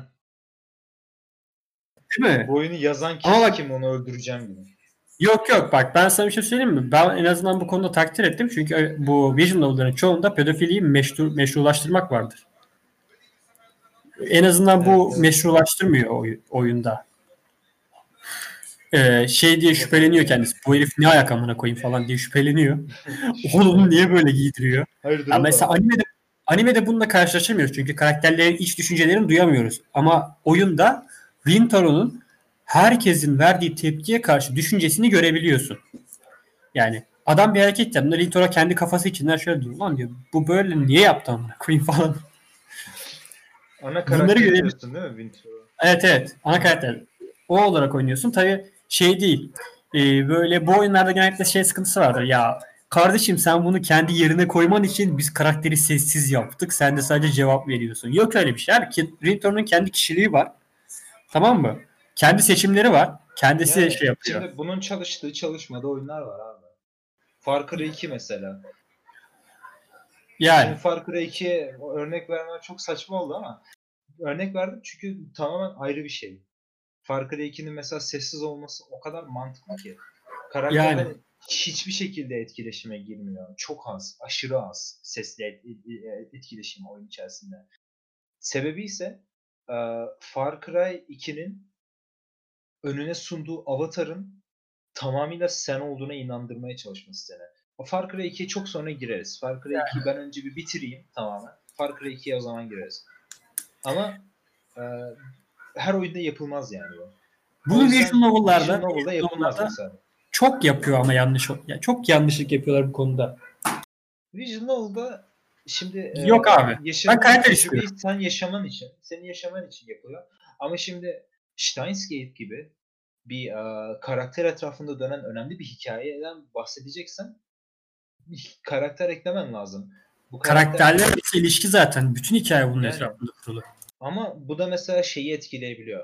Değil mi? Bu oyunu yazan kişi kim, onu öldüreceğim gibi. Yok bak ben sana bir şey söyleyeyim mi? Ben en azından bu konuda takdir ettim. Çünkü bu Vision Novel'ların çoğunda pedofiliyi meşrulaştırmak vardır. En azından bu meşrulaştırmıyor oyunda. Diye şüpheleniyor kendisi. Bu herif ne ayak amına koyayım falan diye şüpheleniyor. Oğlum niye böyle giydiriyor? Hayırdır mesela animede bununla karşılaşamıyoruz. Çünkü karakterlerin iç düşüncelerini duyamıyoruz. Ama oyunda Rintaro'nun herkesin verdiği tepkiye karşı düşüncesini görebiliyorsun. Yani adam bir hareket yaptığında Rintaro kendi kafası içinden şöyle diyor. Lan diyor bu böyle niye yaptı amına koyayım falan. Ana karakter oynuyorsun değil mi Rintaro? Evet. Ana karakter. O olarak oynuyorsun. Tabii değil. Böyle bu oyunlarda genellikle sıkıntısı vardır. Ya kardeşim sen bunu kendi yerine koyman için biz karakteri sessiz yaptık. Sen de sadece cevap veriyorsun. Yok öyle bir şey. Rintaro'nun kendi kişiliği var. Tamam mı? Kendi seçimleri var. Kendisi yapıyor. Şimdi bunun çalışmadığı oyunlar var abi. Far Cry 2 mesela. Şimdi Far Cry 2 örnek vermem çok saçma oldu ama örnek verdim çünkü tamamen ayrı bir şey. Far Cry 2'nin mesela sessiz olması o kadar mantıklı ki. Karakterler hiçbir şekilde etkileşime girmiyor. Çok az, aşırı az sesli etkileşim oyun içerisinde. Sebebi ise Far Cry 2'nin önüne sunduğu avatarın tamamıyla sen olduğuna inandırmaya çalışması seni. O Far Cry 2'ye çok sonra gireriz. Far Cry 2'yi ben önce bir bitireyim tamamen. Far Cry 2'ye o zaman gireriz. Ama her oyunda yapılmaz yani bu. Bunu Vision Novel'da yapılmaz mesela. Çok yapıyor ama çok yanlışlık yapıyorlar bu konuda. Vision Novel'da şimdi yok abi. Ben karakter istiyorum. Senin yaşaman için yapılıyor. Ama şimdi Steins Gate gibi bir karakter etrafında dönen önemli bir hikayeden bahsedeceksen karakter eklemen lazım. Bu karakterler ilişki zaten. Bütün hikaye bunun etrafında kurulu. Ama bu da mesela şeyi etkileyebiliyor.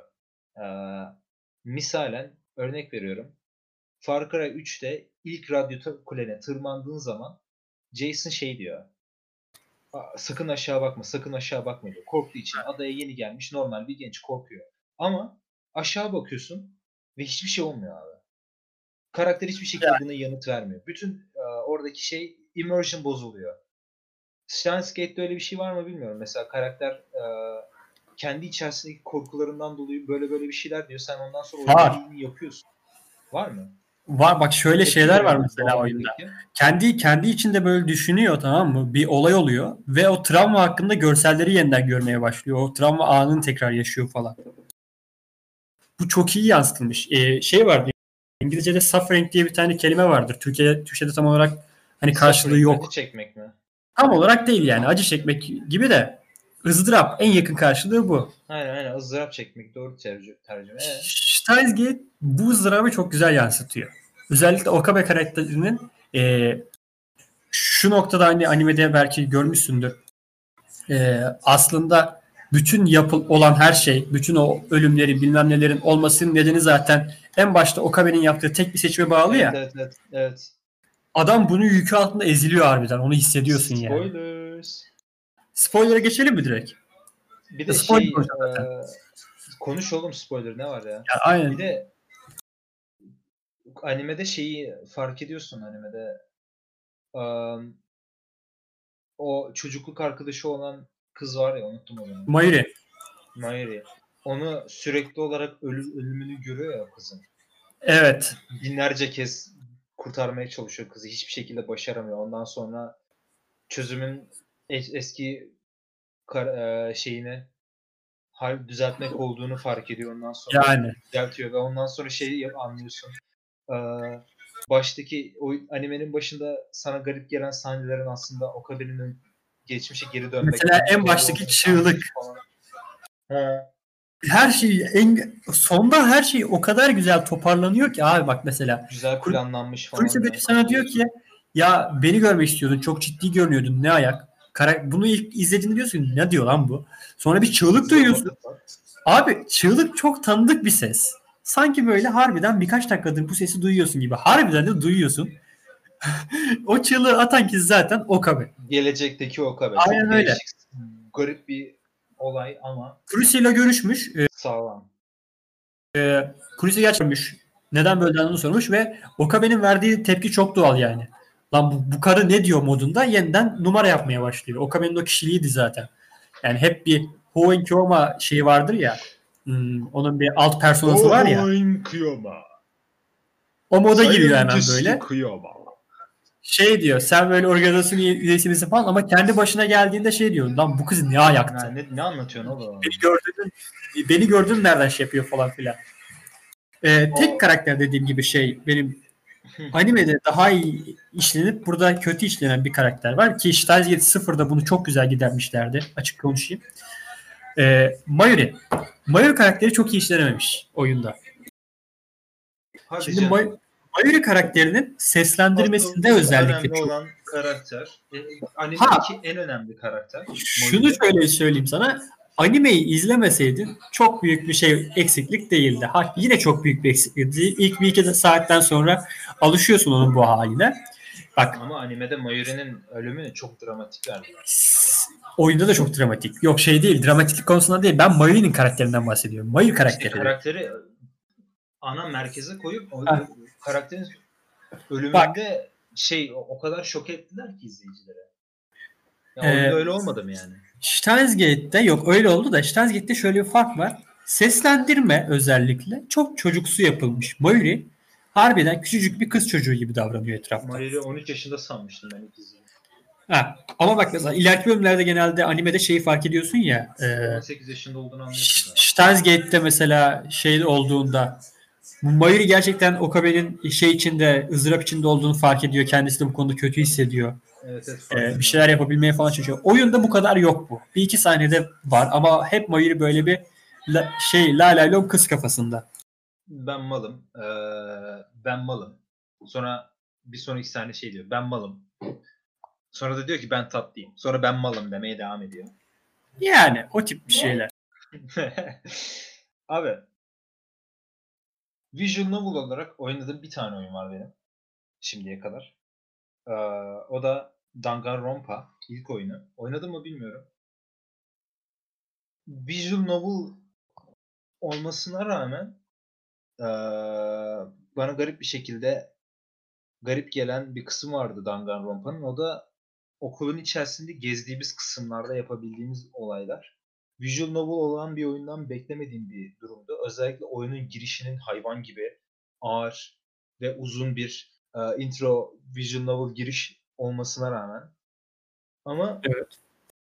Misalen örnek veriyorum. Far Cry 3'te ilk radyo kulene tırmandığın zaman Jason diyor. Sakın aşağı bakma diyor. Korktuğu için adaya yeni gelmiş normal bir genç korkuyor. Ama aşağı bakıyorsun ve hiçbir şey olmuyor abi. Karakter hiçbir şekilde buna yanıt vermiyor. Bütün oradaki immersion bozuluyor. Steins Gate'de öyle bir şey var mı bilmiyorum. Mesela karakter kendi içerisindeki korkularından dolayı böyle bir şeyler diyor. Sen ondan sonra oyunu yapıyorsun. Var mı? Var bak şöyle şeyler var mesela oyunda. Kendi içinde böyle düşünüyor, tamam mı? Bir olay oluyor ve o travma hakkında görselleri yeniden görmeye başlıyor. O travma anını tekrar yaşıyor falan. Bu çok iyi yansıtılmış. Vardı. İngilizce'de suffering diye bir tane kelime vardır. Türkçe'de tam olarak karşılığı yok. Acı çekmek mi? Tam olarak değil yani. Acı çekmek gibi de ızdırap en yakın karşılığı bu. Aynen ızdırap çekmek doğru tercüme. Steins Gate bu ızdırabı çok güzel yansıtıyor. Özellikle Okabe karakterinin şu noktada animede belki görmüşsündür. aslında bütün olan her şey, bütün o ölümlerin bilmem nelerin olmasının nedeni zaten en başta Okabe'nin yaptığı tek bir seçime bağlı ya. Evet. Adam bunun yükü altında eziliyor harbiden. Onu hissediyorsun yani. Spoilers. Spoiler'a geçelim mi direkt? Bir de konuş oğlum, spoiler ne var ya? Aynen. Bir de animede şeyi fark ediyorsun, animede o çocukluk arkadaşı olan kız var ya, unuttum onu. Mayuri. Onu sürekli olarak ölümünü görüyor ya kızın. Evet. Binlerce kez kurtarmaya çalışıyor kızı. Hiçbir şekilde başaramıyor. Ondan sonra çözümün eski şeyini düzeltmek olduğunu fark ediyor. Ondan sonra düzeltiyor ve ondan sonra anlıyorsun. Baştaki o animenin başında sana garip gelen sahnelerin aslında Okabe'nin geçmişe geri dönmek. Mesela en baştaki çığlık. Her şey sonda her şey o kadar güzel toparlanıyor ki abi, bak mesela. Güzel planlanmış falan. Kulise sana diyor ki ya beni görmek istiyordun, çok ciddi görünüyordun, ne ayak. Bunu ilk izlediğinde diyorsun ne diyor lan bu? Sonra bir çığlık duyuyorsun. Abi çığlık çok tanıdık bir ses. Sanki böyle harbiden birkaç dakikadır bu sesi duyuyorsun gibi. Harbiden de duyuyorsun. O çığlığı atan kişi zaten Okabe. Gelecekteki Okabe. Aynen çok öyle. Değişik, garip bir olay ama Kulise ile görüşmüş. Sağlam. Kulise gerçekmiş. Neden böyle olduğunu sormuş ve Okabe'nin verdiği tepki çok doğal yani. Lan bu karı ne diyor modunda yeniden numara yapmaya başlıyor. Okabe'nin o kişiliğiydi zaten. Yani hep bir Hoen Kyoma şeyi vardır ya. Onun bir alt personası var ya. Hoen Kyoma. O moda giriyor hemen böyle. Şey diyor, sen böyle organizasyon üyesi misin falan ama kendi başına geldiğinde şey diyor. Lan bu kız ne ayaktı? Ne anlatıyorsun oğlum? Beni gördün nereden şey yapıyor falan filan. Tek karakter dediğim gibi benim animede daha iyi işlenip burada kötü işlenen bir karakter var ki Steins Gate 0'da bunu çok güzel gidermişlerdi. Açık konuşayım. Mayuri. Mayuri karakteri çok iyi işlenememiş oyunda. Hadi şimdi Mayuri karakterinin seslendirmesinde özellikle önemli çok olan karakter. Animedeki en önemli karakter. Şunu şöyle söyleyeyim sana. Animeyi izlemeseydin çok büyük bir eksiklik değildi. Yine çok büyük bir eksiklik değil. İlk bir iki saatten sonra alışıyorsun onun bu haline. Bak. Ama animede Mayuri'nin ölümü çok dramatik verdi. Oyunda da çok dramatik. Yok değil. Dramatiklik konusunda değil. Ben Mayuri'nin karakterinden bahsediyorum. Mayuri karakteri. İşte karakteri ana merkeze koyup karakterin ölümünde o kadar şok ettiler ki izleyicilere. Oyunda öyle olmadı mı yani? Steins Gate'de yok öyle oldu da Steins Gate'de şöyle bir fark var. Seslendirme özellikle çok çocuksu yapılmış. Mayuri harbiden küçücük bir kız çocuğu gibi davranıyor etrafta. Mayuri 13 yaşında sanmıştım ben ilk izlediğimde. Ama bak mesela ileriki bölümlerde genelde animede fark ediyorsun ya. 18 yaşında olduğunu anlıyorsun. Steins Gate'de mesela olduğunda Mayuri gerçekten Okabe'nin içinde, ızdırap içinde olduğunu fark ediyor. Kendisi de bu konuda kötü hissediyor. Evet, bir şeyler yapabilmeye falan çalışıyor. Oyunda bu kadar yok bu. Bir iki sahnede var ama hep Mayuri böyle bir la kız kafasında. Ben malım. Ben malım. Sonra bir sonraki sahne diyor. Ben malım. Sonra da diyor ki ben tatlıyım. Sonra ben malım demeye devam ediyor. Yani o tip bir şeyler. Abi visual novel olarak oynadığım bir tane oyun var benim. Şimdiye kadar. O da Danganronpa. İlk oyunu. Oynadım mı bilmiyorum. Visual novel olmasına rağmen bana garip gelen bir kısım vardı Danganronpa'nın. O da okulun içerisinde gezdiğimiz kısımlarda yapabildiğimiz olaylar. Visual novel olan bir oyundan beklemediğim bir durumdu. Özellikle oyunun girişinin hayvan gibi ağır ve uzun bir intro visual novel giriş olmasına rağmen. Ama evet.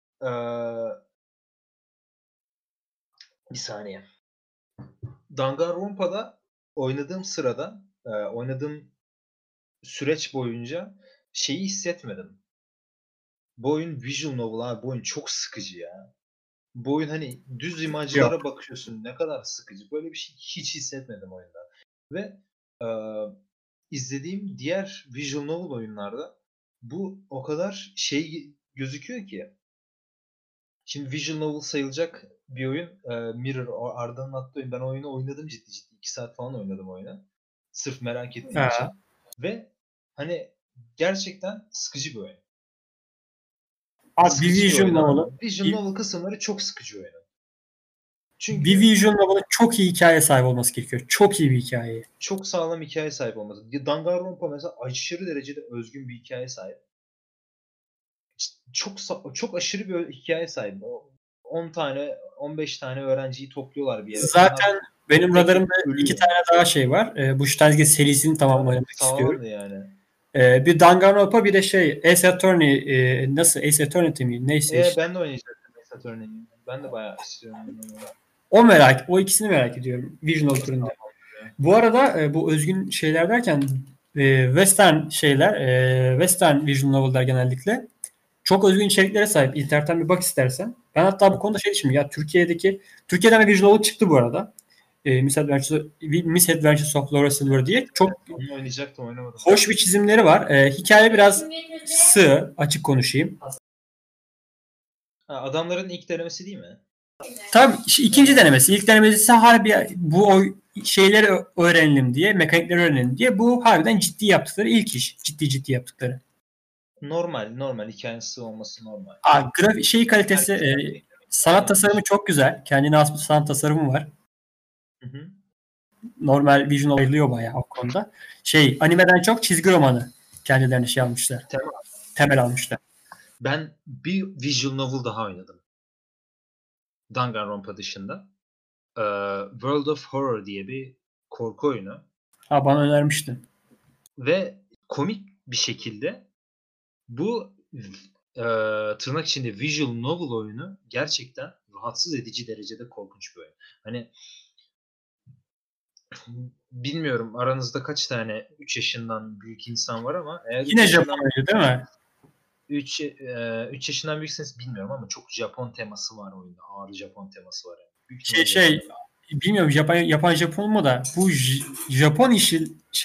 Bir saniye. Danganronpa'da oynadığım sırada, oynadığım süreç boyunca hissetmedim. Bu oyun visual novel abi. Bu oyun çok sıkıcı ya. Bu oyun hani düz imajlara bakıyorsun. Ne kadar sıkıcı. Böyle bir şey hiç hissetmedim oyunda. Ve izlediğim diğer visual novel oyunlarda bu o kadar gözüküyor ki Şimdi visual novel sayılacak bir oyun. Mirror, Arda'nın attığı oyun. Ben oyunu oynadım ciddi. 2 saat falan oynadım oyunu. Sırf merak ettiğim için. Ve hani gerçekten sıkıcı bir oyun. Abi bir visual novel. Visual novel kısımları çok sıkıcı oyun. Çünkü bir visual novel'ın çok iyi hikaye sahibi olması gerekiyor. Çok iyi bir hikaye. Çok sağlam hikaye sahip olması. Danganronpa mesela aşırı derecede özgün bir hikaye sahip. Çok aşırı bir hikaye sahip. 10 tane 15 tane öğrenciyi topluyorlar bir yere. Zaten onlar benim radarımda 2 tane daha şey var. Bu Steins serisini tamamlamak istiyorum. Yani. Bir Danganronpa bir de Ace Attorney nasıl Ace Attorney mi? Neyse işte. Ben de oynayacaktım Ace Attorney'i. Ben de bayağı istiyorum. O ikisini merak ediyorum. Visual turunda. Bu arada bu özgün şeyler derken Western Western visual novel'lar genellikle çok özgün içeriklere sahip. İnternetten bir bak istersen. Ben hatta bu konuda düşündüm. Ya Türkiye'den bir visual novel çıktı bu arada. Misadventures of Laura Silver diye. Çok oynayacaktım, oynamadım. Hoş bir çizimleri var. Hikaye biraz sığ, açık konuşayım. Adamların ilk denemesi değil mi? Tabii ikinci denemesi. İlk denemesi harbi bu şeyleri öğrenelim diye, mekanikleri öğrenelim diye. Bu harbiden ciddi yaptıkları ilk iş. Ciddi yaptıkları. Normal hikayesi olması normal. Kalitesi, sanat tasarımı çok güzel. Kendine has bir sanat tasarımı var. Hı. Normal visual ayrılıyor bayağı o konuda. Animeden çok çizgi romanı kendilerine almışlar. Temel almışlar. Ben bir visual novel daha oynadım. Danganronpa dışında. World of Horror diye bir korku oyunu. Bana önermiştin. Ve komik bir şekilde bu tırnak içinde visual novel oyunu gerçekten rahatsız edici derecede korkunç bir oyun. Hani bilmiyorum aranızda kaç tane 3 yaşından büyük insan var ama eğer yine Japonya değil mi? 3 yaşından büyükseniz bilmiyorum ama çok Japon teması var oyunda. Ağır Japon teması var. Yani. Bilmiyorum yapan Japon mu da bu Japon işi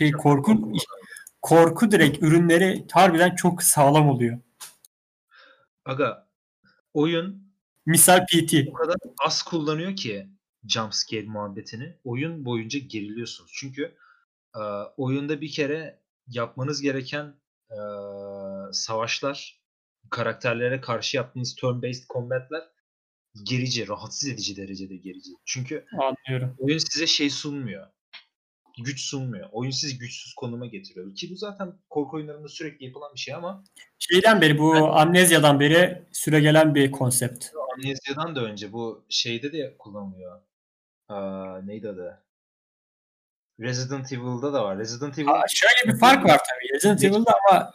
korku direkt ürünleri harbiden çok sağlam oluyor. Aga oyun misal PT o kadar az kullanıyor ki jumpscare muhabbetini. Oyun boyunca geriliyorsunuz. Çünkü oyunda bir kere yapmanız gereken savaşlar, karakterlere karşı yaptığınız turn-based combat'ler gerici, rahatsız edici derecede gerici. Çünkü anlıyorum. Oyun size sunmuyor. Güç sunmuyor. Oyun sizi güçsüz konuma getiriyor. Ki bu zaten korku oyunlarında sürekli yapılan bir şey ama Amnezya'dan beri süregelen bir konsept. Amnezya'dan da önce bu şeyde de kullanılıyor. Neydi adı? Resident Evil'da da var. Resident Evil. Şöyle bir fark var tabii. Resident Evil'da ama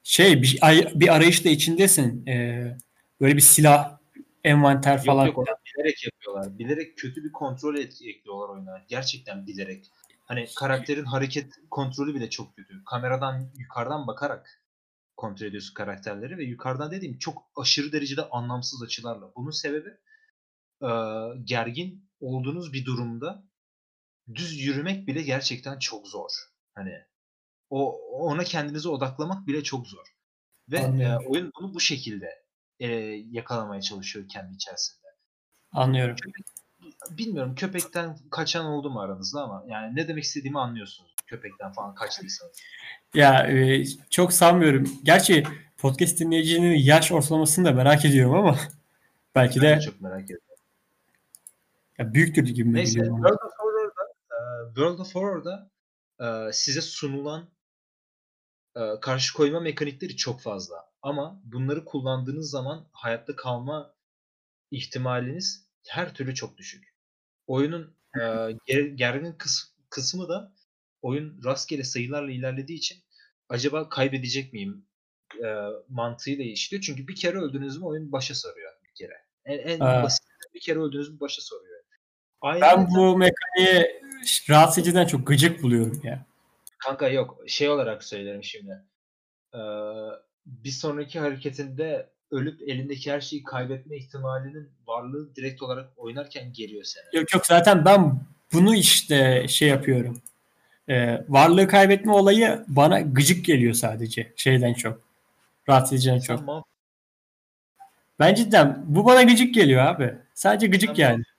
bir arayışta içindesin. Böyle bir silah, envanter falan. Yok bilerek yapıyorlar. Bilerek kötü bir kontrol ekliyorlar oyuna. Gerçekten bilerek. Hani karakterin hareket kontrolü bile çok kötü. Kameradan yukarıdan bakarak kontrol ediyorsun karakterleri ve yukarıdan dediğim çok aşırı derecede anlamsız açılarla. Bunun sebebi gergin olduğunuz bir durumda düz yürümek bile gerçekten çok zor. Hani ona kendinizi odaklamak bile çok zor. Ve oyun bunu bu şekilde yakalamaya çalışıyor kendi içerisinde. Anlıyorum. Bilmiyorum köpekten kaçan oldu mu aranızda ama yani ne demek istediğimi anlıyorsunuz. Köpekten falan kaçtıysanız. Ya çok sanmıyorum. Gerçi podcast dinleyicinin yaş ortalamasını da merak ediyorum ama belki de çok merak ediyorum. Ya büyüktür gibi mi geliyor? World of Horror'da size sunulan karşı koyma mekanikleri çok fazla. Ama bunları kullandığınız zaman hayatta kalma ihtimaliniz her türlü çok düşük. Oyunun gergin kısmı da oyun rastgele sayılarla ilerlediği için acaba kaybedecek miyim mantığıyla işliyor. Çünkü bir kere öldüğünüz mü oyun başa sarıyor bir kere. En basit bir kere öldüğünüz mü başa sarıyor. Ben bu mekaniği rahatsız ediciden çok gıcık buluyorum ya. Kanka yok. Olarak söylerim şimdi. Bir sonraki hareketinde ölüp elindeki her şeyi kaybetme ihtimalinin varlığı direkt olarak oynarken geriyor seni. Yok zaten ben bunu yapıyorum. Varlığı kaybetme olayı bana gıcık geliyor sadece. Şeyden çok. Rahatsız ediciden çok. Ben cidden bu bana gıcık geliyor abi. Sadece gıcık Tamam. yani.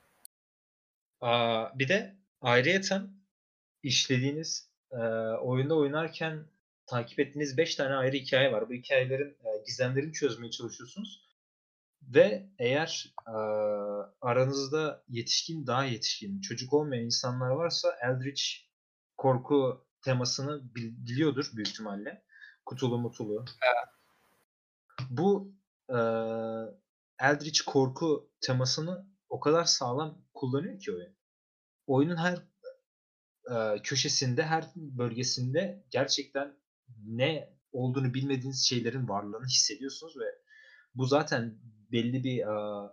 Bir de ayrıyeten işlediğiniz oyunda oynarken takip ettiğiniz 5 tane ayrı hikaye var. Bu hikayelerin gizemlerini çözmeye çalışıyorsunuz. Ve eğer aranızda daha yetişkin, çocuk olmayan insanlar varsa Eldritch korku temasını biliyordur büyük ihtimalle. Kutulu mutulu. Bu Eldritch korku temasını o kadar sağlam kullanıyor ki oyun. Oyunun her köşesinde, her bölgesinde gerçekten ne olduğunu bilmediğiniz şeylerin varlığını hissediyorsunuz ve bu zaten belli bir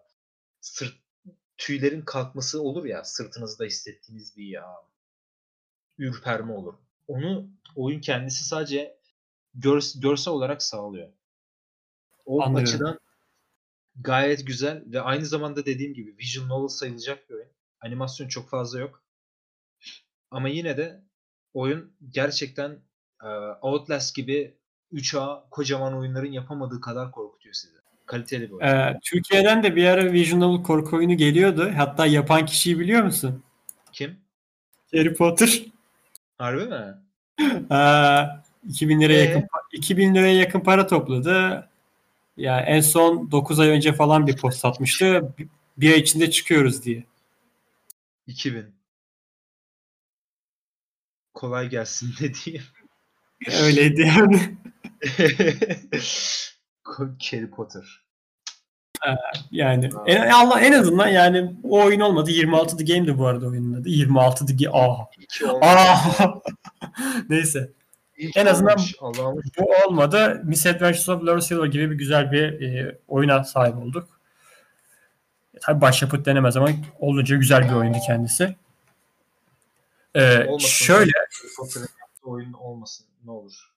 tüylerin kalkması olur ya, sırtınızda hissettiğiniz bir ürperme olur. Onu oyun kendisi sadece görsel olarak sağlıyor. O Anlıyorum. açıdan gayet güzel ve aynı zamanda dediğim gibi visual novel sayılacak bir oyun. Animasyon çok fazla yok. Ama yine de oyun gerçekten Outlast gibi 3A kocaman oyunların yapamadığı kadar korkutuyor sizi. Kaliteli bir oyun. Türkiye'den de bir ara Visual Novel korku oyunu geliyordu. Hatta yapan kişiyi biliyor musun? Kim? Harry Potter. Harbi mi? 2000 liraya yakın para topladı. Ya en son 9 ay önce falan bir post atmıştı. Bir ay içinde çıkıyoruz diye. 2000. Kolay gelsin ne diyeyim. Öyleydi yani. Harry Potter. Yani en azından yani o oyun olmadı. 26 The Game'di bu arada oyunun adı. 26 The Game. Neyse. En azından bu olmadı. Misadventures of Laura Silver gibi bir güzel bir oyuna sahip olduk. Tabii başyapıt denemez ama oldukça güzel bir oyundu kendisi. Şöyle oyun olmasın ne olur.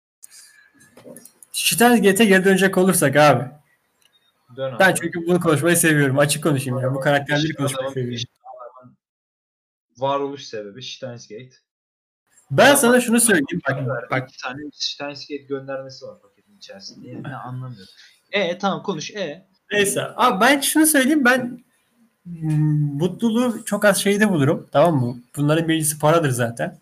Steins Gate'e geri dönecek olursak abi. Ben çünkü bunu konuşmayı seviyorum. Açık konuşayım ya. Bu karakterleri konuşmayı seviyorum. Varoluş sebebi Steins Gate. Ben sana şunu söyleyeyim. Bak. Bir tane Steins Gate göndermesi var paketin içerisinde. Yani ne anlamıyorum. Tamam konuş. Neyse. Abi ben şunu söyleyeyim. Ben mutluluğu çok az şeyde bulurum. Tamam mı? Bunların birincisi paradır zaten.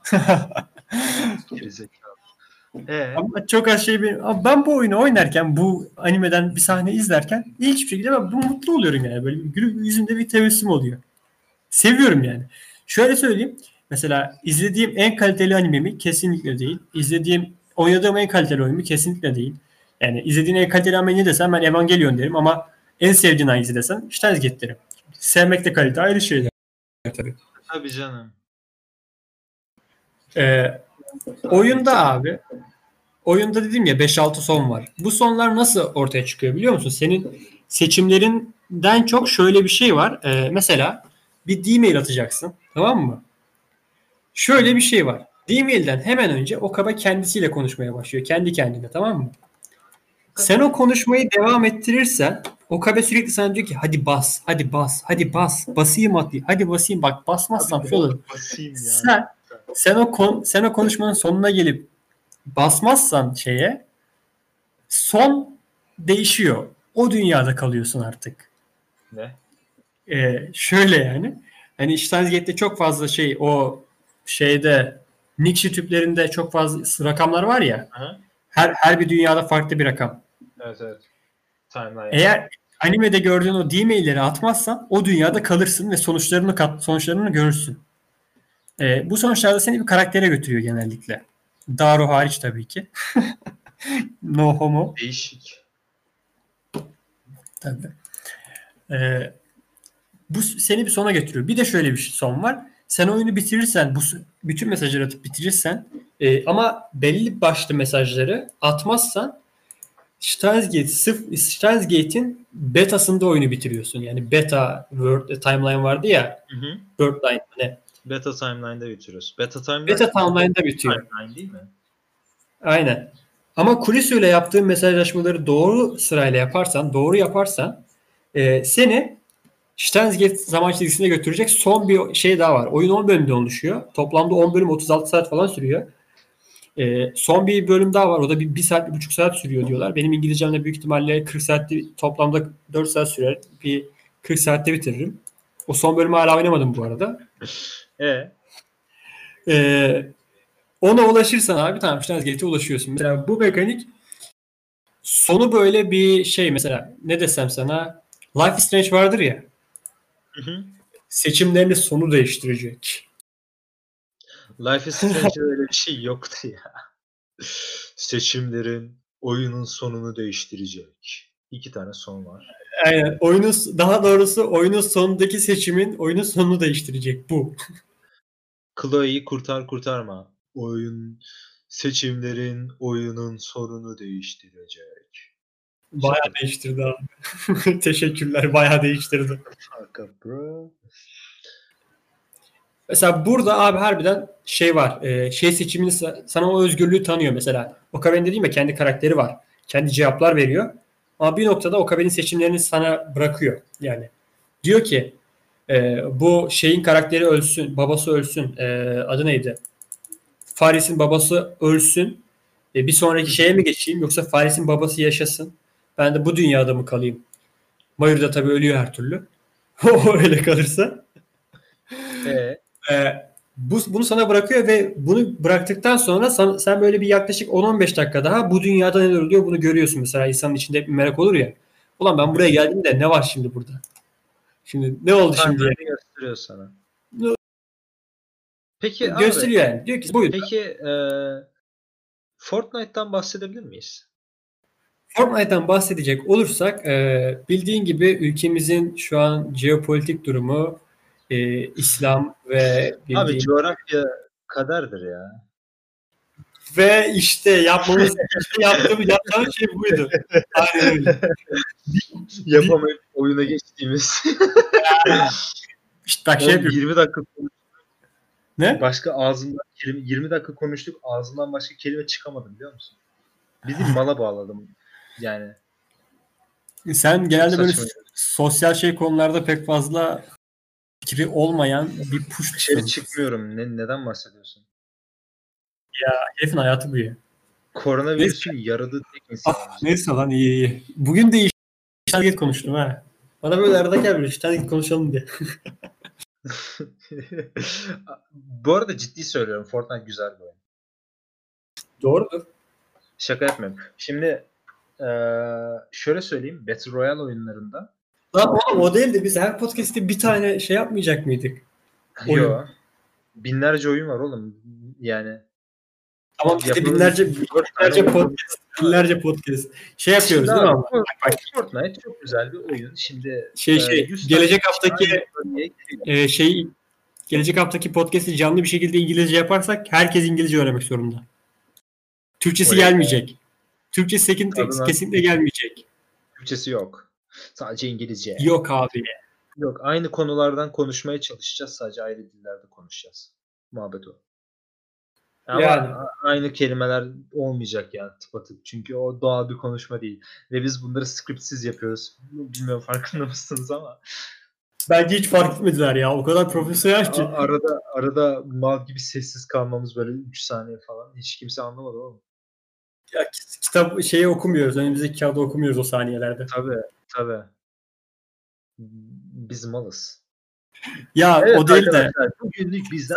Ama çok az şey ben bu oyunu oynarken, bu animeden bir sahne izlerken hiçbir şekilde ben mutlu oluyorum yani. Böyle yüzümde bir tebessüm oluyor. Seviyorum yani. Şöyle söyleyeyim. Mesela izlediğim en kaliteli animemi kesinlikle değil. Oynadığım en kaliteli oyunu kesinlikle değil. Yani izlediğin en kaliteli anime ne desem ben Evangelion derim ama en sevdiğin hangisi desen Steins Gate derim. Sevmek de kalite ayrı şeyler tabii. Tabii canım. Oyunda dedim ya 5-6 son var. Bu sonlar nasıl ortaya çıkıyor biliyor musun? Senin seçimlerinden çok şöyle bir şey var. Mesela bir D-mail atacaksın. Tamam mı? Şöyle bir şey var. D-mail'den hemen önce Okabe kendisiyle konuşmaya başlıyor. Kendi kendine, tamam mı? Sen o konuşmayı devam ettirirsen Okabe sürekli sana diyor ki hadi bas, hadi bas, hadi bas, basayım hadi basayım, bak basmazsam şu olur. Sen o konuşmanın sonuna gelip basmazsan son değişiyor. O dünyada kalıyorsun artık. Ne? Şöyle yani. Hani Steins Gate'de çok fazla o Nixie tüplerinde çok fazla rakamlar var ya. Aha. Her bir dünyada farklı bir rakam. Evet. Timeline. Eğer animede gördüğün o D-mail'leri atmazsan o dünyada kalırsın ve sonuçlarını görürsün. Bu sonuçlarda seni bir karaktere götürüyor genellikle. Daru hariç tabii ki. No homo. Değişik. Tabii. Bu seni bir sona getiriyor. Bir de şöyle bir son var. Sen oyunu bitirirsen, bütün mesajları atıp bitirirsen ama belli başlı mesajları atmazsan Steins Gate'in betasında oyunu bitiriyorsun. Yani beta timeline vardı ya. World Line ne? Beta timeline'da bitiriyoruz. Beta timeline'da bitiyor. Timeline değil mi? Aynen. Ama Kurisu ile yaptığın mesajlaşmaları doğru sırayla yaparsan, seni Steins Gate zaman çizgisine götürecek son bir şey daha var. Oyun 10 bölümden oluşuyor. Toplamda 10 bölüm 36 saat falan sürüyor. Son bir bölüm daha var. O da bir saat, 1,5 saat sürüyor diyorlar. Benim İngilizcemde büyük ihtimalle 40 saatte, toplamda 4 saat sürer. Bir 40 saatte bitiririm. O son bölümü hala oynamadım bu arada. Ona ulaşırsan abi tamam Steins Gate'e ulaşıyorsun. Mesela bu mekanik sonu böyle bir şey, mesela ne desem sana, Life is Strange vardır ya. Seçimlerini sonu değiştirecek. Life is Strange'de öyle bir şey yoktu ya. Seçimlerin oyunun sonunu değiştirecek. 2 tane son var. Aynen. Daha doğrusu oyunun sonundaki seçimin oyunun sonunu değiştirecek bu. Chloe'yi kurtarma. Seçimlerin oyunun sonunu değiştirecek. Bayağı değiştirdi abi. Teşekkürler. Bayağı değiştirdi. Bro. Mesela burada abi harbiden şey var. Şey seçimini sana o özgürlüğü tanıyor mesela. Okabe'nin dediğim ya, kendi karakteri var. Kendi cevaplar veriyor. Ama bir noktada Okabe'nin seçimlerini sana bırakıyor. Yani diyor ki bu şeyin karakteri ölsün. Babası ölsün. Adı neydi? Faris'in babası ölsün. Bir sonraki şeye mi geçeyim? Yoksa Faris'in babası yaşasın. Ben de bu dünyada mı kalayım? Mayur da tabii ölüyor her türlü. O öyle kalırsa. Bunu sana bırakıyor ve bunu bıraktıktan sonra sen böyle bir yaklaşık 10-15 dakika daha bu dünyada neler oluyor bunu görüyorsun. Mesela insanın içinde hep bir merak olur ya. Ulan ben buraya geldim de ne var şimdi burada? Şimdi ne oldu şimdi? Gösteriyor sana. Peki gösteriyor yani. Diyor ki buyur. Peki Fortnite'tan bahsedebilir miyiz? Fortnite'tan bahsedecek olursak bildiğin gibi ülkemizin şu an jeopolitik durumu İslam ve abi coğrafya kaderdir ya. Ve işte yaptığımız şey buydu. Aynen öyle. Yapamayıp oyuna geçtiğimiz. İşte bak şey yapıyorum. 20 dakika ne? Başka ağzımdan 20 dakika konuştuk. Ağzımdan başka kelime çıkamadı biliyor musun? Bizi mala bağladım. Yani. Sen genelde böyle sosyal şey konularda pek fazla fikri olmayan bir push dışarı çıkmıyorum. Neden bahsediyorsun? Ya herifin hayatı bu ya. Koronavirüsün yaradığı tek insan. Neyse lan iyi. Bugün de işler konuştum ha. Bana böyle arada gel böyle işler konuşalım diye. Bu arada ciddi söylüyorum. Fortnite güzel bir oyun. Doğrudur. Şaka yapmıyorum. Şimdi şöyle söyleyeyim. Battle Royale oyunlarında. Lan oğlum o değil de biz her podcast'te bir tane şey yapmayacak mıydık? Yok. Binlerce oyun var oğlum. Yani. Tamam işte binlerce podcast. Şey yapıyoruz şimdi değil mi? Bak. Fortnite çok güzel bir oyun. Şimdi gelecek haftaki podcast'i canlı bir şekilde İngilizce yaparsak herkes İngilizce öğrenmek zorunda. Türkçesi gelmeyecek. Türkçesi kesinlikle gelmeyecek. Türkçesi yok. Sadece İngilizce. Yok abi. Yok. Aynı konulardan konuşmaya çalışacağız. Sadece ayrı dillerde konuşacağız. Muhabbet o. Ama yani. Aynı kelimeler olmayacak yani tıpatıp. Çünkü o doğal bir konuşma değil. Ve biz bunları scriptsiz yapıyoruz. Bilmiyorum farkında mısınız ama. Bence hiç fark etmediler ya. O kadar profesyonel ki. Arada mal gibi sessiz kalmamız böyle 3 saniye falan. Hiç kimse anlamadı oğlum. Ya kitap okumuyoruz. Önümüzdeki kağıda okumuyoruz o saniyelerde. Tabii. Biz malız. Ya evet, o değil de. Bugünlük bizden.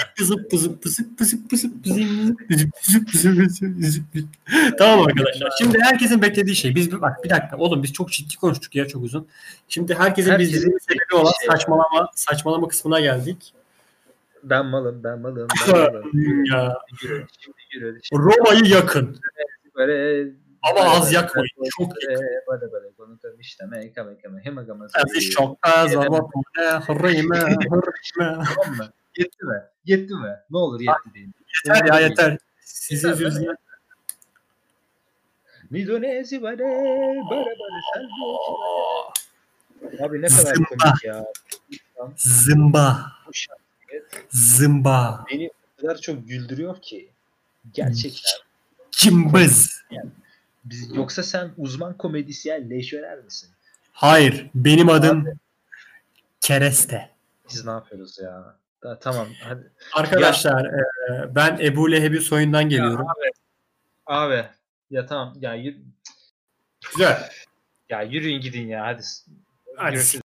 Tamam arkadaşlar. Şimdi herkesin beklediği şey. Biz bak bir dakika. Oğlum biz çok ciddi konuştuk ya çok uzun. Şimdi herkesin bizden sebebi olan saçmalama kısmına geldik. Ben malım. Ya. Roma'yı yakın. Ama az yakmayın. Çok yakın. Çok az ama Yetti mi? Ne olur yetti deyin. Yeter ya yeter. Sizin yüzünüzden. Midonezi bare Abi ne kadar komik ya. Zımba. Beni o kadar çok güldürüyor ki. Gerçekten. Cımbız. Yani, yoksa sen uzman komedisyen lejyoner misin? Hayır. Benim adım Kereste. Biz ne yapıyoruz ya? Tamam. Hadi. Arkadaşlar ben Ebu Leheb'in soyundan geliyorum. Abi. Ya tamam. Güzel. Ya yürüyün gidin ya. Hadi. Hadi. Görüşürüz.